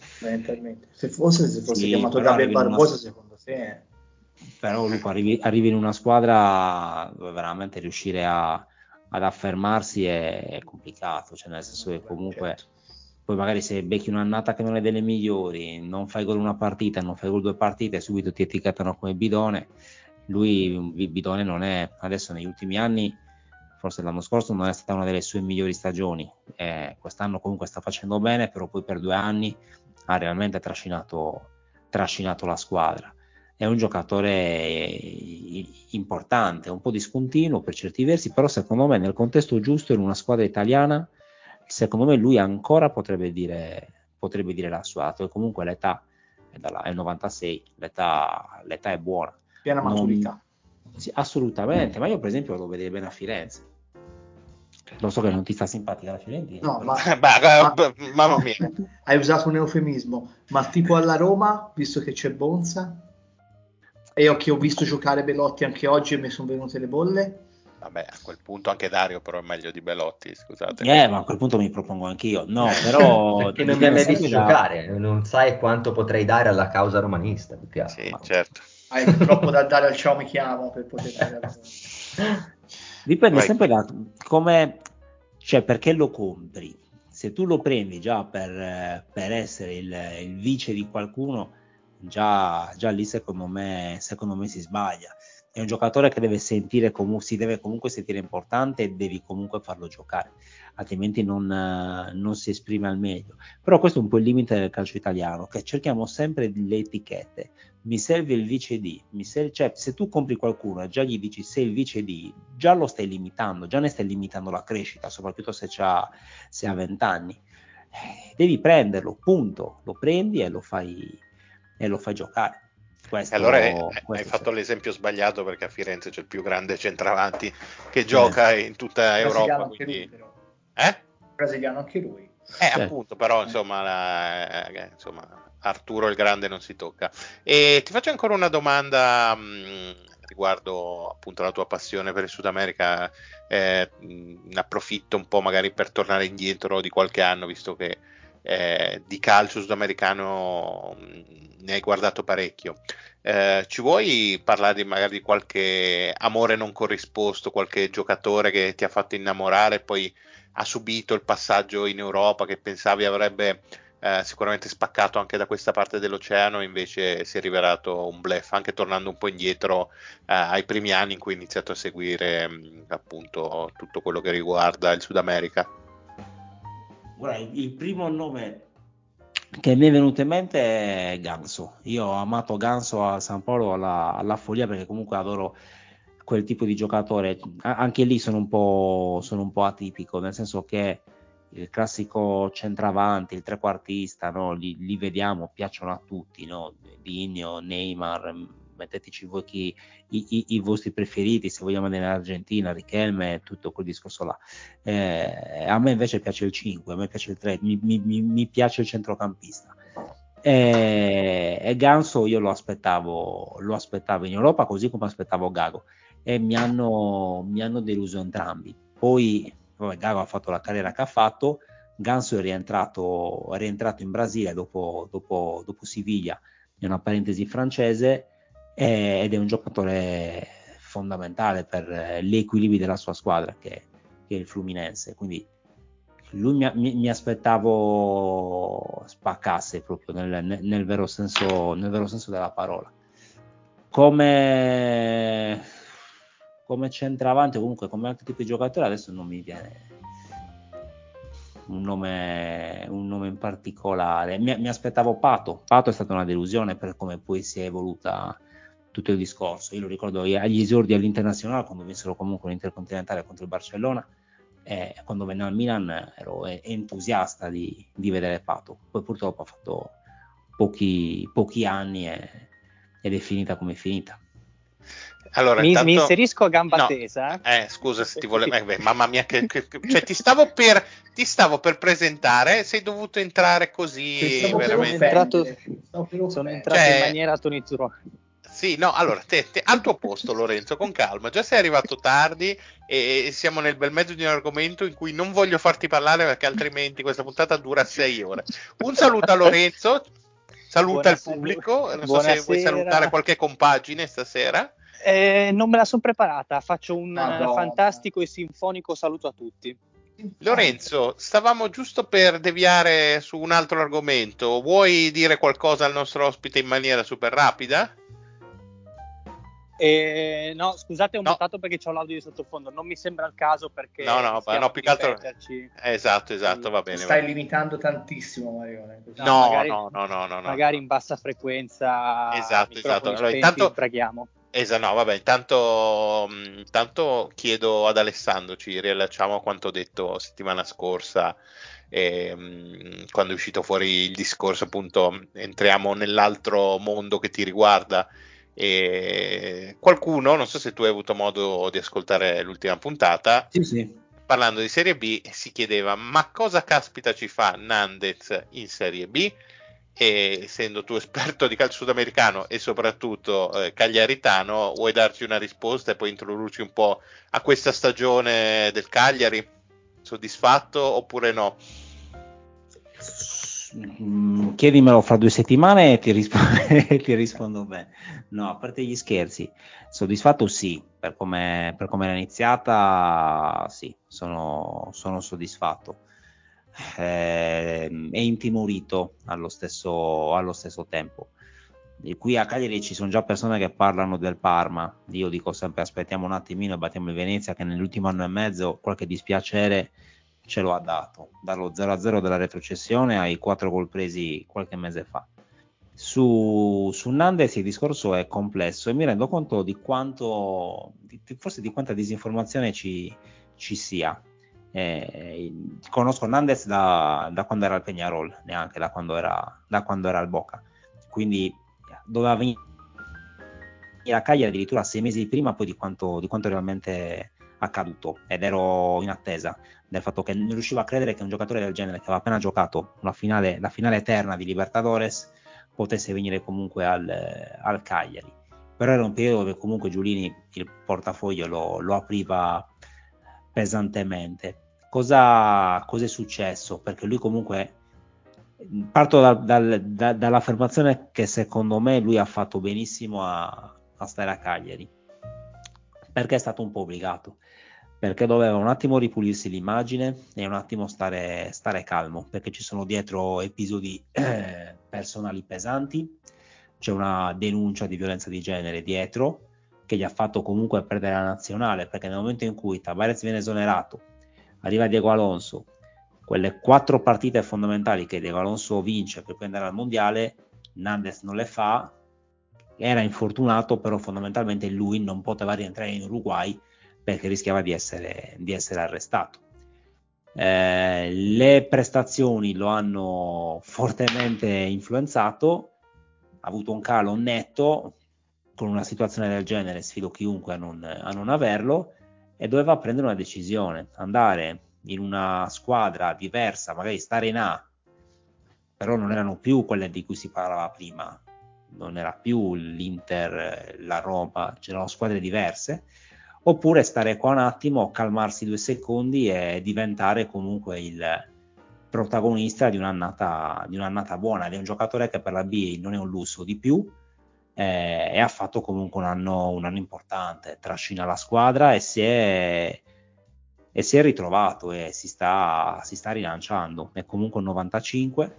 Se fosse, se fosse
Sì,
chiamato
però
Gabriel
arrivi in una-
Barbosa, secondo te...
Però Luca, arrivi, arrivi in una squadra dove veramente riuscire a, ad affermarsi è, è complicato, cioè nel senso che comunque
Certo.
poi magari se becchi un'annata che non è delle migliori, non fai gol una partita, non fai gol due partite, subito ti etichettano come bidone. Lui un bi- bidone non è, adesso negli ultimi anni, forse l'anno scorso non è stata una delle sue migliori stagioni, eh, quest'anno comunque sta facendo bene, però poi per due anni ha realmente trascinato, trascinato la squadra. È un giocatore importante, un po' discontinuo per certi versi, però secondo me nel contesto giusto in una squadra italiana, secondo me lui ancora potrebbe dire, potrebbe dire la sua, e comunque l'età è, dalla, è il novantasei, l'età, l'età è buona.
Piena maturità.
Non, sì, assolutamente, ma io per esempio lo vedrei bene a Firenze. Lo so che non ti sta simpatica la Fiorentina.
No,
però...
ma,
Bah,
ma-
mamma mia.
hai usato un eufemismo, ma tipo alla Roma, visto che c'è Bonza, e io che ho visto giocare Belotti anche oggi e mi sono venute le bolle.
Vabbè, a quel punto anche Dario però è meglio di Belotti, scusate.
Eh, ma a quel punto mi propongo anch'io. No, però
Perché non mi hai
dipende
mai
sempre
visto
da...
giocare, non sai quanto potrei dare alla causa romanista, più che altro.
Sì,
Ma-
certo.
Hai troppo da dare al ciao mi chiamo per poter dare al...
Dipende
Vai.
sempre da come, cioè perché lo compri. Se tu lo prendi già per, eh, per essere il, il vice di qualcuno, già, già lì secondo me, secondo me si sbaglia. È un giocatore che deve sentire comu- si deve comunque sentire importante e devi comunque farlo giocare, altrimenti non, eh, non si esprime al meglio. Però questo è un po' il limite del calcio italiano, che cerchiamo sempre le etichette. Mi serve il vice D, mi serve, cioè se tu compri qualcuno e già gli dici sei il vice D, già lo stai limitando, già ne stai limitando la crescita, soprattutto se c'ha, se ha venti anni. Eh, devi prenderlo, punto, lo prendi e lo fai, e lo fai giocare. Questo,
E allora hai, hai
questo
fatto
c'è.
l'esempio sbagliato, perché a Firenze c'è il più grande centravanti che
Eh,
gioca in tutta
Brasiliano
Europa,
anche
quindi...
lui, però.
Eh?
Brasiliano anche lui.
Eh,
certo.
appunto, però insomma, la- eh, insomma, Arturo il Grande non si tocca. E ti faccio ancora una domanda mh, riguardo appunto la tua passione per il Sud America. Eh, mh, ne approfitto un po' magari per tornare indietro di qualche anno, visto che eh, di calcio sudamericano mh, ne hai guardato parecchio. Eh, ci vuoi parlare magari di qualche amore non corrisposto, qualche giocatore che ti ha fatto innamorare e poi ha subito il passaggio in Europa, che pensavi avrebbe eh, sicuramente spaccato anche da questa parte dell'oceano, invece si è rivelato un bluff, anche tornando un po' indietro eh, ai primi anni in cui hai iniziato a seguire mh, appunto tutto quello che riguarda il Sud America?
Guarda, il il primo nome che mi è venuto in mente è Ganso. Io ho amato Ganso a San Paolo alla, alla follia, perché comunque adoro quel tipo di giocatore. A- anche lì sono un po', sono un po' atipico, nel senso che il classico centravanti, il trequartista, no? Li, li vediamo, piacciono a tutti, no? Digno, Neymar, metteteci voi chi, i, i, i vostri preferiti, se vogliamo andare in Argentina, Riquelme, tutto quel discorso là. Eh, a me invece piace il cinque, a me piace il tre, mi, mi, mi piace il centrocampista. E, e Ganso io lo aspettavo, lo aspettavo in Europa, così come aspettavo Gago, e mi hanno, mi hanno deluso entrambi. Poi vabbè, Gago ha fatto la carriera che ha fatto, Ganso è rientrato, è rientrato in Brasile dopo, dopo, dopo Siviglia, in una parentesi francese, e, ed è un giocatore fondamentale per gli equilibri della sua squadra, che, che è il Fluminense. Quindi lui mi, mi, mi aspettavo spaccasse proprio nel, nel, nel, vero senso, nel vero senso della parola. Come, come centravanti, comunque come altri tipi di giocatori, adesso non mi viene un nome, un nome in particolare. Mi, mi aspettavo Pato. Pato è stata una delusione per come poi si è evoluta tutto il discorso. Io lo ricordo agli esordi all'Internazionale, quando vinsero comunque l'Intercontinentale contro il Barcellona, e quando venne al Milan ero entusiasta di, di vedere Pato. Poi purtroppo ha fatto pochi, pochi anni e, ed è finita come è finita.
Allora,
mi,
intanto...
mi inserisco a gamba
no,
tesa.
eh, scusa se ti volevo... Eh, beh, mamma mia, che, che, cioè, ti stavo per ti stavo per presentare, sei dovuto entrare così veramente...
Entrato,
per
sono entrato
cioè,
in maniera tonitruante.
Sì, no, allora, te, te, al tuo posto, Lorenzo, con calma, già sei arrivato tardi e siamo nel bel mezzo di un argomento in cui non voglio farti parlare, perché altrimenti questa puntata dura sei ore. Un saluto a Lorenzo, saluta il
Buonasera,
pubblico, non so se vuoi
buonasera.
salutare qualche compagine stasera.
Eh, non me la sono preparata, faccio un
Madonna.
fantastico e sinfonico saluto a tutti.
Lorenzo, stavamo giusto per deviare su un altro argomento, vuoi dire qualcosa al nostro ospite in maniera super rapida?
Eh, no, scusate, ho
No.
mutato perché c'ho l'audio di sottofondo. Non mi sembra il caso, perché
No, no,
rischiamo
no, più
di
che altro...
ripeterci.
Esatto, esatto,
Sì.
va
Ti
bene.
stai
va bene.
limitando tantissimo, Marione.
No,
No,
magari,
no, no, no, no, no,
magari
no.
in bassa frequenza,
Esatto, esatto.
microfoni
Allora,
spenti,
intanto,
sbraghiamo.
esatto, no, vabbè, intanto, mh, intanto chiedo ad Alessandro, ci riallacciamo a quanto detto settimana scorsa, e, mh, quando è uscito fuori il discorso, appunto, entriamo nell'altro mondo che ti riguarda. E qualcuno, non so se tu hai avuto modo di ascoltare l'ultima puntata,
Sì, sì.
parlando di Serie B, si chiedeva: ma cosa caspita ci fa Nandez in Serie B? E essendo tu esperto di calcio sudamericano e soprattutto eh, cagliaritano, vuoi darci una risposta e poi introdurci un po' a questa stagione del Cagliari? Soddisfatto oppure no?
Mm, chiedimelo fra due settimane e ti, risp- ti rispondo bene. No, a parte gli scherzi, soddisfatto sì, per come, per come era iniziata, sì, sono, sono soddisfatto. Eh, e intimorito allo stesso, allo stesso tempo. E qui a Cagliari ci sono già persone che parlano del Parma. Io dico sempre aspettiamo un attimino e battiamo il Venezia, che nell'ultimo anno e mezzo qualche dispiacere ce lo ha dato, dallo zero a zero della retrocessione ai quattro gol presi qualche mese fa. Su, su Nandez il discorso è complesso e mi rendo conto di quanto, di, forse di quanta disinformazione ci, ci sia. Eh, conosco Nandez da, da quando era al Peñarol, neanche da quando era, da quando era al Boca, quindi doveva venire a Cagliari addirittura sei mesi prima poi di quanto, di quanto realmente accaduto, ed ero in attesa del fatto che non riuscivo a credere che un giocatore del genere, che aveva appena giocato una finale, la finale eterna di Libertadores, potesse venire comunque al, al Cagliari. Però era un periodo dove comunque Giulini il portafoglio lo, lo apriva pesantemente. Cosa, cosa è successo? Perché lui comunque, parto da, da, da, dall'affermazione che secondo me lui ha fatto benissimo a, a stare a Cagliari, perché è stato un po' obbligato, perché doveva un attimo ripulirsi l'immagine e un attimo stare, stare calmo, perché ci sono dietro episodi eh, personali pesanti, c'è una denuncia di violenza di genere dietro che gli ha fatto comunque perdere la nazionale, perché nel momento in cui Tavares viene esonerato, arriva Diego Alonso, quelle quattro partite fondamentali che Diego Alonso vince per prendere al mondiale, Nandez non le fa, era infortunato, però fondamentalmente lui non poteva rientrare in Uruguay perché rischiava di essere, di essere arrestato. Eh, le prestazioni lo hanno fortemente influenzato, ha avuto un calo netto. Con una situazione del genere sfido chiunque a non, a non averlo, e doveva prendere una decisione, andare in una squadra diversa, magari stare in A, però non erano più quelle di cui si parlava prima, non era più l'Inter, la Roma, c'erano squadre diverse, oppure stare qua un attimo, calmarsi due secondi e diventare comunque il protagonista di un'annata, di un'annata buona. Ed è un giocatore che per la B non è un lusso di più, eh, e ha fatto comunque un anno, un anno importante, trascina la squadra e si è, e si è ritrovato e si sta, si sta rilanciando. È comunque un novantacinque.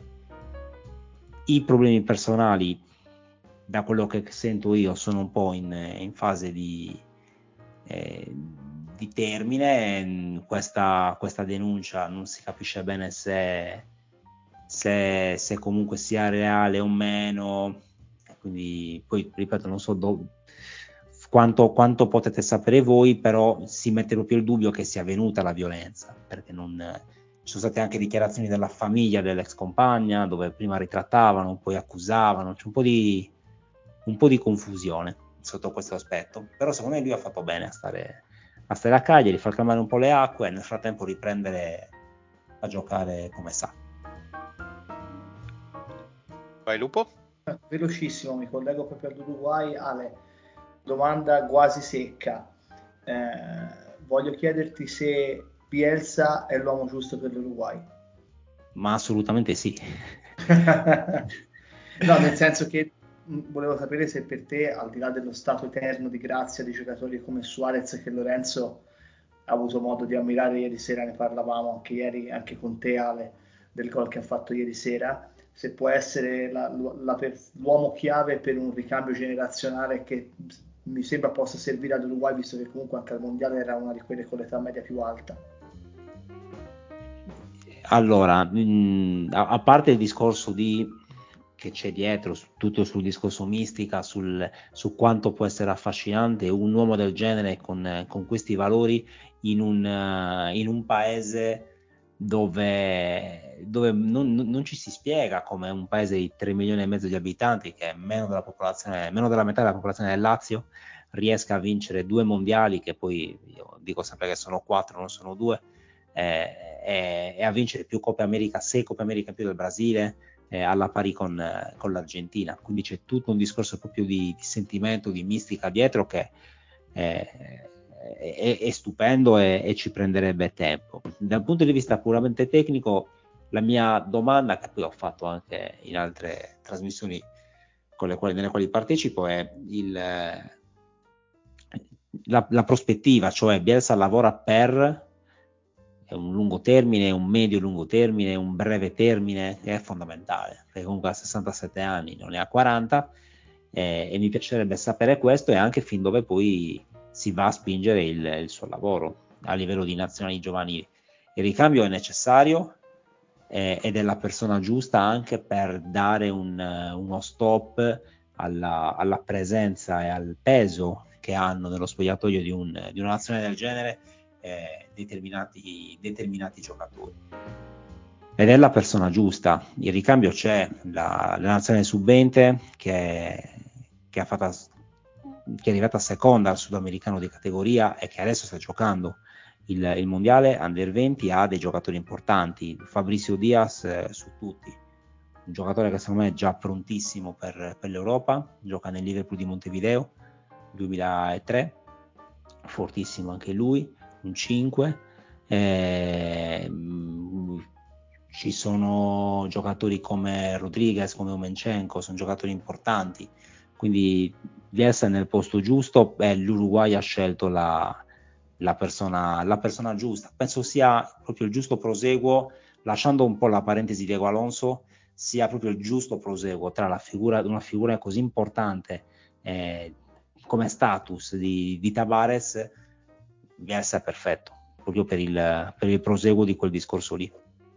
I problemi personali, da quello che sento io, sono un po' in, in fase di, eh, di termine. Questa, questa denuncia non si capisce bene se, se, se comunque sia reale o meno, quindi poi ripeto non so do, quanto, quanto potete sapere voi, però si mette proprio il dubbio che sia avvenuta la violenza, perché non, ci sono state anche dichiarazioni della famiglia dell'ex compagna dove prima ritrattavano, poi accusavano, c'è un po' di un po' di confusione sotto questo aspetto, però secondo me lui ha fatto bene a stare a, stare a Cagliari, far calmare un po' le acque e nel frattempo riprendere a giocare come sa.
Vai Lupo?
Velocissimo, mi collego proprio all'Uruguay. Ale, domanda quasi secca. Eh, voglio chiederti se Bielsa è l'uomo giusto per l'Uruguay.
Ma assolutamente sì.
No, nel senso che mh, volevo sapere se per te, al di là dello stato eterno di grazia di giocatori come Suarez, che Lorenzo ha avuto modo di ammirare ieri sera, ne parlavamo anche ieri, anche con te Ale, del gol che ha fatto ieri sera, se può essere la, la, l'uomo chiave per un ricambio generazionale che mi sembra possa servire ad Uruguay, visto che comunque anche al mondiale era una di quelle con l'età media più alta.
Allora, mh, a, a parte il discorso di che c'è dietro, tutto sul discorso mistica, sul, su quanto può essere affascinante un uomo del genere con, con questi valori in un, uh, in un paese dove, dove non, non ci si spiega come un paese di tre milioni e mezzo di abitanti, che è meno della popolazione, meno della metà della popolazione del Lazio, riesca a vincere due mondiali, che poi io dico sempre che sono quattro, non sono due, eh, e, e a vincere più Coppe America, sei Coppe America in più del Brasile, eh, alla pari con, eh, con l'Argentina. Quindi c'è tutto un discorso proprio di, di sentimento, di mistica dietro che eh, è, è stupendo e, e ci prenderebbe tempo. Dal punto di vista puramente tecnico, la mia domanda, che poi ho fatto anche in altre trasmissioni con le quali, nelle quali partecipo, è il, la, la prospettiva, cioè Bielsa lavora per un lungo termine, un medio-lungo termine, un breve termine, che è fondamentale, perché comunque ha sessantasette anni, non ne ha quaranta, eh, e mi piacerebbe sapere questo e anche fin dove poi si va a spingere il, il suo lavoro a livello di nazionali giovanili. Il ricambio è necessario eh, ed è la persona giusta anche per dare un, uno stop alla, alla presenza e al peso che hanno nello spogliatoio di, un, di una nazione del genere eh, determinati, determinati giocatori. Ed è la persona giusta. Il ricambio c'è, la, la nazionale sub venti che, che, ha fatta, che è arrivata seconda al sudamericano di categoria e che adesso sta giocando il, il mondiale under venti, ha dei giocatori importanti. Fabrizio Diaz eh, su tutti, un giocatore che secondo me è già prontissimo per, per l'Europa, gioca nel Liverpool di Montevideo duemilatré, fortissimo anche lui, un cinque. Eh, ci sono giocatori come Rodriguez, come Omenchenko, sono giocatori importanti, quindi di essere nel posto giusto, beh, l'Uruguay ha scelto la, la, persona, la persona giusta. Penso sia proprio il giusto proseguo, lasciando un po' la parentesi Diego Alonso, sia proprio il giusto proseguo tra la figura, una figura così importante eh, come status di, di Tavares, Bielsa è perfetto, proprio per il, per il proseguo di quel discorso lì.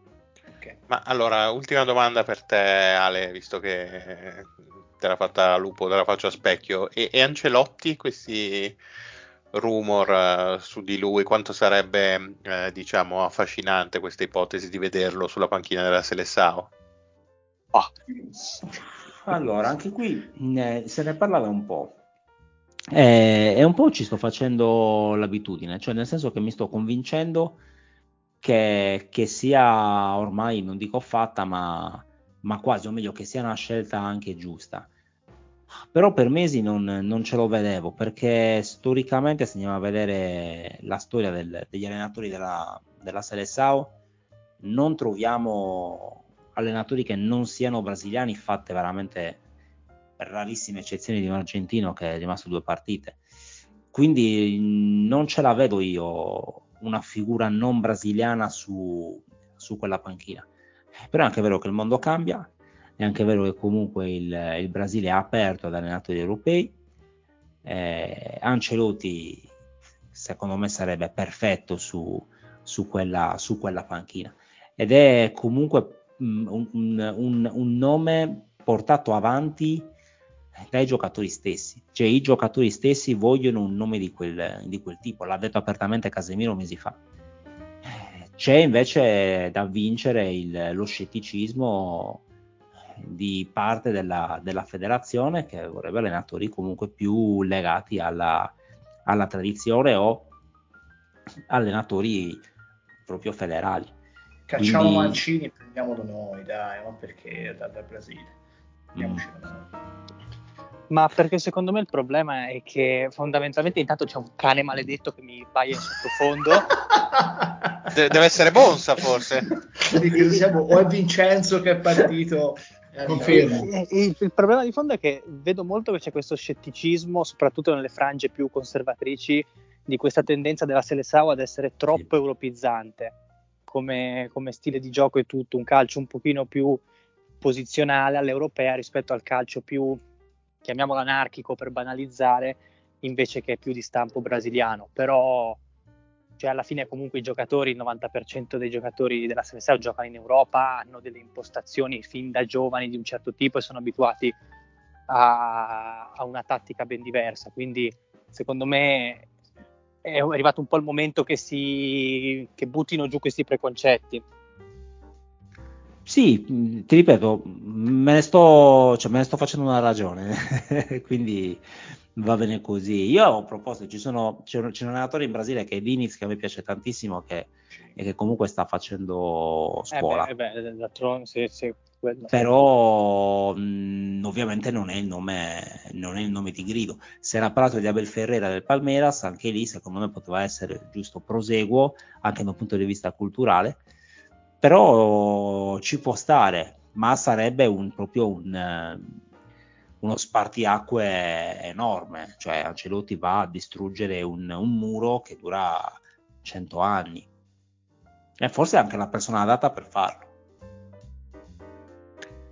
Ma allora, ultima domanda per te, Ale, visto che te l'ha fatta Lupo, te la faccio a specchio. E, e Ancelotti, questi rumor uh, su di lui, quanto sarebbe, eh, diciamo, affascinante questa ipotesi di vederlo sulla panchina della Seleção?
Oh. Allora, anche qui eh, se ne parlava un po'. Eh, e un po' ci sto facendo l'abitudine, cioè nel senso che mi sto convincendo che, che sia ormai, non dico fatta, ma, ma quasi, o meglio, che sia una scelta anche giusta. Però per mesi non, non ce lo vedevo, perché storicamente, se andiamo a vedere la storia del, degli allenatori della, della Seleção, non troviamo allenatori che non siano brasiliani, fatte veramente per rarissime eccezioni di un argentino che è rimasto due partite. Quindi non ce la vedo io una figura non brasiliana su, su quella panchina. Però è anche vero che il mondo cambia, è anche vero che comunque il, il Brasile è aperto ad allenatori europei. eh, Ancelotti secondo me sarebbe perfetto su, su, quella, su quella panchina, ed è comunque mh, un, un, un nome portato avanti dai giocatori stessi, cioè i giocatori stessi vogliono un nome di quel, di quel tipo, l'ha detto apertamente Casemiro mesi fa. C'è invece da vincere il, lo scetticismo di parte della, della federazione, che vorrebbe allenatori comunque più legati alla, alla tradizione o allenatori proprio federali.
Cacciamo
Quindi,
Mancini e prendiamolo noi, dai, ma perché dal, dal Brasile? Andiamocelo
mm.
noi.
Ma perché secondo me il problema è che fondamentalmente intanto c'è un cane maledetto che mi paia in sottofondo.
De- deve essere Bonsa, forse.
Siamo, o è Vincenzo che è partito.
Confermo.
Il, il, il problema di fondo è che vedo molto che c'è questo scetticismo, soprattutto nelle frange più conservatrici, di questa tendenza della Seleção ad essere troppo sì. europeizzante come, come stile di gioco e tutto, un calcio un pochino più posizionale all'europea rispetto al calcio più, chiamiamolo anarchico per banalizzare, invece che più di stampo brasiliano. Però cioè alla fine comunque i giocatori, il novanta per cento dei giocatori della Seleção giocano in Europa, hanno delle impostazioni fin da giovani di un certo tipo e sono abituati a, a una tattica ben diversa, quindi secondo me è arrivato un po' il momento che si che buttino giù questi preconcetti.
Sì, ti ripeto, me ne sto, cioè me ne sto facendo una ragione, quindi va bene così. Io ho proposto, ci sono, c'è, un, c'è un allenatore in Brasile che è Diniz, che a me piace tantissimo, che, e che comunque sta facendo scuola.
Eh beh, eh beh, sì, sì, quello.
Però mh, ovviamente non è il nome, non è il nome di grido. Si era parlato di Abel Ferreira del Palmeiras, anche lì secondo me poteva essere il giusto proseguo, anche da un punto di vista culturale. Però ci può stare, ma sarebbe un, proprio un, uno spartiacque enorme, cioè Ancelotti va a distruggere un, un muro che dura cento anni, e forse è anche la persona adatta per farlo.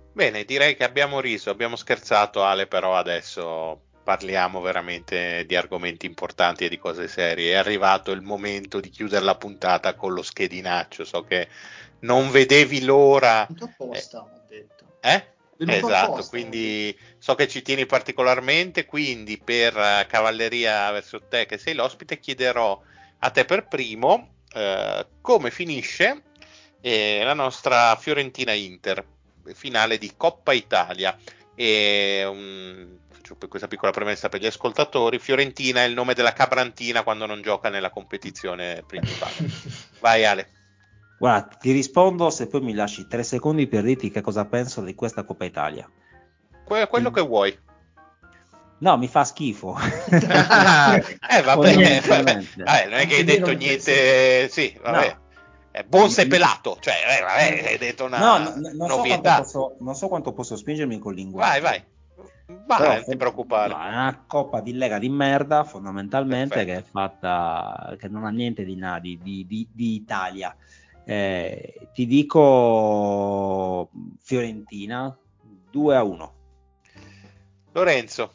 Bene, direi che abbiamo riso, abbiamo scherzato, Ale, però adesso parliamo veramente di argomenti importanti e di cose serie. È arrivato il momento di chiudere la puntata con lo schedinaccio. So che non vedevi l'ora.
Venuto apposta, ho detto.
Eh?
Venuto
Esatto,
apposta,
quindi so che ci tieni particolarmente, quindi per uh, cavalleria verso te che sei l'ospite chiederò a te per primo uh, come finisce eh, la nostra Fiorentina-Inter, finale di Coppa Italia. E um, faccio questa piccola premessa per gli ascoltatori: Fiorentina è il nome della Cabrantina quando non gioca nella competizione principale. Vai Ale.
Guarda, ti rispondo se poi mi lasci tre secondi per dirti che cosa penso di questa Coppa Italia.
Que- quello
Mm.
che vuoi.
No, mi fa schifo.
eh vabbè, vabbè, vabbè, non è che hai detto niente, sì, vabbè.
No.
Eh, Bonsa e pelato, cioè, eh, vabbè, hai detto una,
no, no, no, non, so
un'ovvietà.
posso, non so quanto posso spingermi col linguaggio.
Vai, vai. Ma
Però,
non ti preoccupare.
No, è una coppa di lega di merda, fondamentalmente,
Perfetto.
che è fatta, che non ha niente di, di, di, di, di Italia. Eh, ti dico Fiorentina due a uno.
Lorenzo.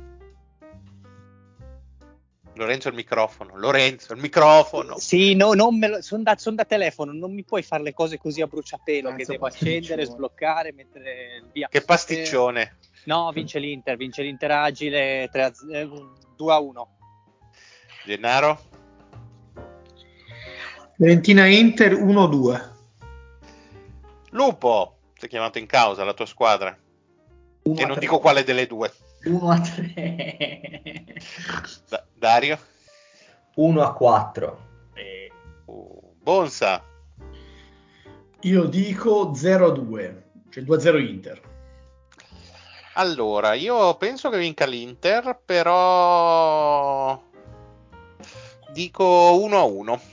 Lorenzo il microfono, Lorenzo il microfono.
Sì, no, non me lo, sono da, son da telefono, non mi puoi fare le cose così a bruciapelo,
Senza
che devo
pasticcione.
accendere, sbloccare, mettere via.
Che pasticcione.
Eh, no, vince l'Inter, vince l'Inter agile tre a, eh, due a uno.
Gennaro?
Fiorentina Inter uno a due.
Lupo, ti è chiamato in causa la tua squadra.
uno
E
a
non
tre.
dico quale delle due.
uno a tre.
Da- Dario?
uno a quattro.
Uh, Bonsa?
Io dico zero a due, cioè due a zero Inter.
Allora, io penso che vinca l'Inter, però dico uno a uno.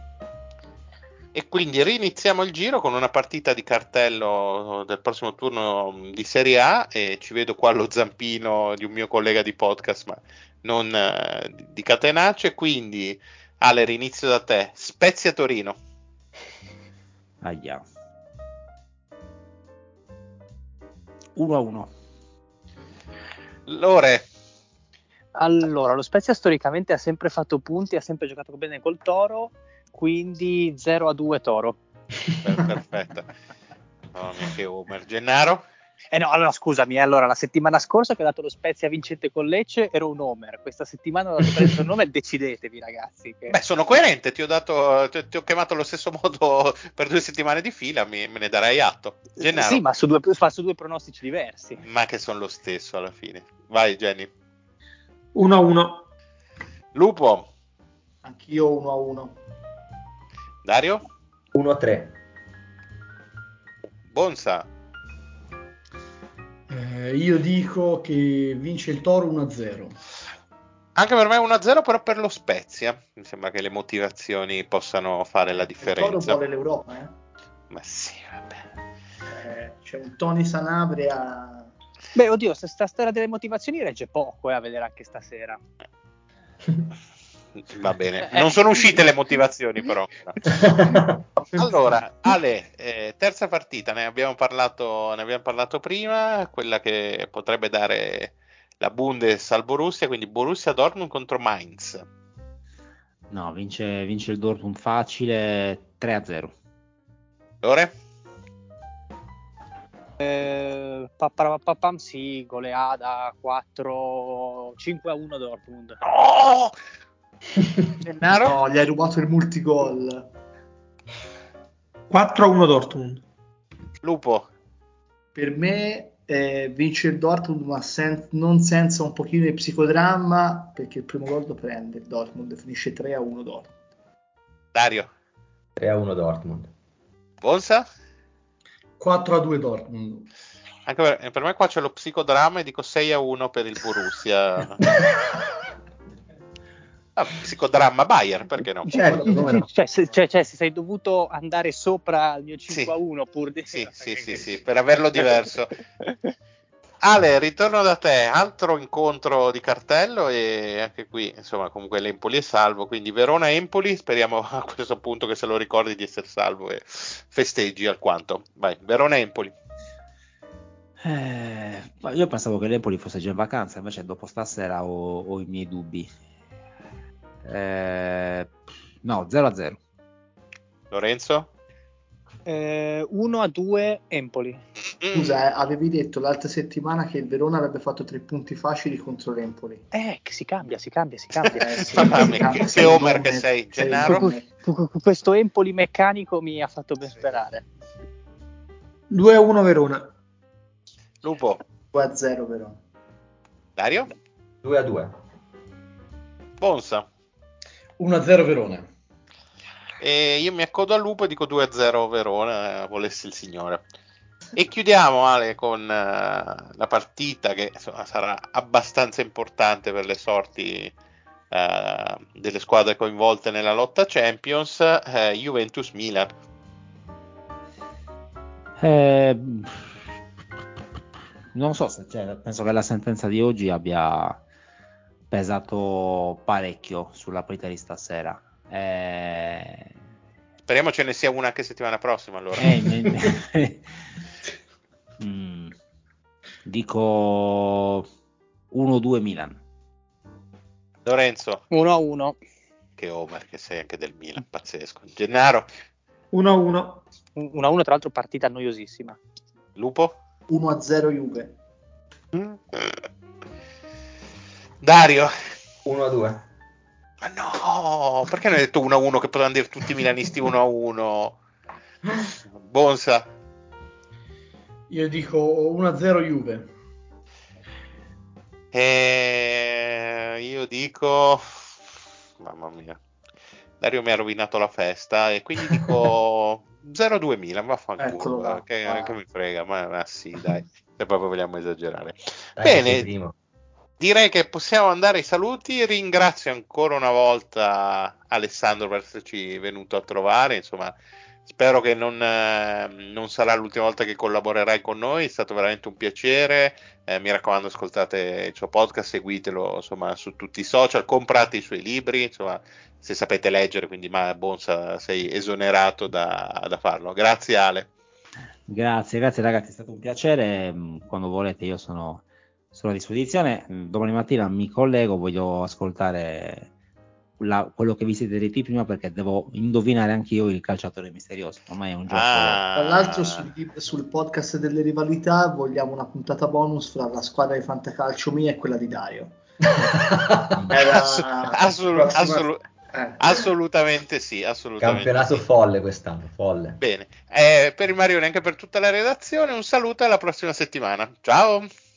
E quindi riniziamo il giro con una partita di cartello del prossimo turno di Serie A e ci vedo qua allo zampino di un mio collega di podcast, ma non eh, di Catenaccio. E quindi, Ale, rinizio da te. Spezia Torino.
Aia. uno a uno.
Lore.
Allora, lo Spezia storicamente ha sempre fatto punti, ha sempre giocato bene col Toro, quindi zero a due Toro.
Per- perfetto. Oh, mia, che Homer. Gennaro?
Eh no, allora scusami, allora la settimana scorsa che ho dato lo Spezia vincente con Lecce ero un Homer, questa settimana ho dato per un Homer, decidetevi ragazzi. Che...
Beh, sono coerente, ti ho dato, ti, ti ho chiamato allo stesso modo per due settimane di fila, mi, me ne darai atto. Gennaro?
Sì, ma su due, fa su due pronostici diversi.
Ma che sono lo stesso alla fine. Vai, Jenny.
uno a uno.
Lupo?
Anch'io uno a uno.
Dario?
uno a tre.
Bonsa?
Eh, io dico che vince il Toro uno a zero.
Anche per me uno a zero, però per lo Spezia. Mi sembra che le motivazioni possano fare la
Il Toro
differenza.
vuole l'Europa, eh?
Ma sì, vabbè.
Eh, c'è un Tony Sanabria.
Beh, oddio, sta storia delle motivazioni regge poco, eh, a vedere anche stasera.
Va bene, non sono uscite le motivazioni però. Allora, Ale, eh, terza partita, ne abbiamo parlato, ne abbiamo parlato prima, quella che potrebbe dare la Bundes al Borussia, quindi Borussia Dortmund contro Mainz.
No, vince, vince il Dortmund facile tre a zero.
Lore?
Eh, pa, pa, pa, pam, sì, goleada quattro cinque a uno Dortmund.
No! Gennaro?
No, gli hai rubato il multigol.
quattro a uno Dortmund.
Lupo?
Per me eh, vince il Dortmund, ma sen- non senza un pochino di psicodramma, perché il primo gol lo prende il Dortmund, finisce tre a uno Dortmund.
Dario?
tre a uno Dortmund.
Bonsa?
quattro a due Dortmund.
Anche per, per me qua c'è lo psicodramma e dico sei a uno per il Borussia. Ah, psicodramma Bayern, perché no?
Certo, come no.
Cioè, se, cioè, cioè, se sei dovuto andare sopra il mio cinque a uno pur di...
Sì, sì, sì, sì, per averlo diverso. Ale, ritorno da te, altro incontro di cartello e anche qui, insomma, comunque l'Empoli è salvo, quindi Verona-Empoli, speriamo a questo punto che se lo ricordi di essere salvo e festeggi alquanto. Vai, Verona-Empoli.
Eh, ma io pensavo che l'Empoli fosse già in vacanza, invece dopo stasera ho, ho i miei dubbi. Eh, no, zero a zero.
Lorenzo?
Eh, uno a due Empoli.
Scusa, eh, avevi detto l'altra settimana che il Verona avrebbe fatto tre punti facili contro l'Empoli.
Eh, che si cambia, si cambia, si cambia.
Eh, sì,
Mamma
si
mia,
cambia,
che
sei un
Homer
nome-
che sei,
sei un
Gennaro?
nome-
Cu- cu- cu- Questo Empoli meccanico mi ha fatto ben sperare.
due a uno Verona.
Lupo?
due a zero Verona.
Dario?
due a due.
Bonsa?
uno a zero Verona.
E io mi accodo al Lupo e dico due a zero Verona, eh, volesse il Signore. E chiudiamo, Ale, con uh, la partita che insomma, sarà abbastanza importante per le sorti uh, delle squadre coinvolte nella lotta Champions, uh, Juventus-Milan.
Eh, non so se cioè, penso che la sentenza di oggi abbia pesato parecchio sulla partita di stasera. Eh,
Speriamo ce ne sia una anche settimana prossima, allora.
eh, me- me- mm, dico uno due Milan.
Lorenzo?
uno a uno.
Che Homer, che sei anche del Milan, pazzesco. Gennaro?
uno a uno.
uno a uno, tra l'altro partita noiosissima.
Lupo?
uno a zero Juve.
Dario?
uno a due.
Ma no, perché non hai detto uno a uno che potevano dire tutti i milanisti uno a uno? Bonsa?
Io dico uno a zero Juve.
E io dico, mamma mia, Dario mi ha rovinato la festa e quindi dico zero a due Milan, vaffanculo,
Eccolo là.
che,
Ah.
che mi frega, ma, ma sì, dai, se proprio vogliamo esagerare.
Dai, che sei
Bene,
primo.
direi che possiamo andare ai saluti. Ringrazio ancora una volta Alessandro per esserci venuto a trovare, insomma. Spero che non, eh, non sarà l'ultima volta che collaborerai con noi, è stato veramente un piacere. Eh, mi raccomando, ascoltate il suo podcast, seguitelo insomma su tutti i social, comprate i suoi libri, insomma, se sapete leggere, quindi ma Bonsa sei esonerato da, da farlo. Grazie Ale.
Grazie, grazie ragazzi, è stato un piacere. Quando volete io sono, sono a disposizione. Domani mattina mi collego, voglio ascoltare la- quello che vi siete detti prima perché devo indovinare anche io il calciatore misterioso. Ormai è un gioco.
Ah.
Tra l'altro sul, sul podcast delle rivalità vogliamo una puntata bonus fra la squadra di fantacalcio mia e quella di Dario. Era
Ass- assolu-
prossima-
assolu-
eh.
assolutamente sì, assolutamente
Campionato
sì.
folle quest'anno, folle.
Bene, eh, per il Marione e anche per tutta la redazione un saluto e alla prossima settimana. Ciao!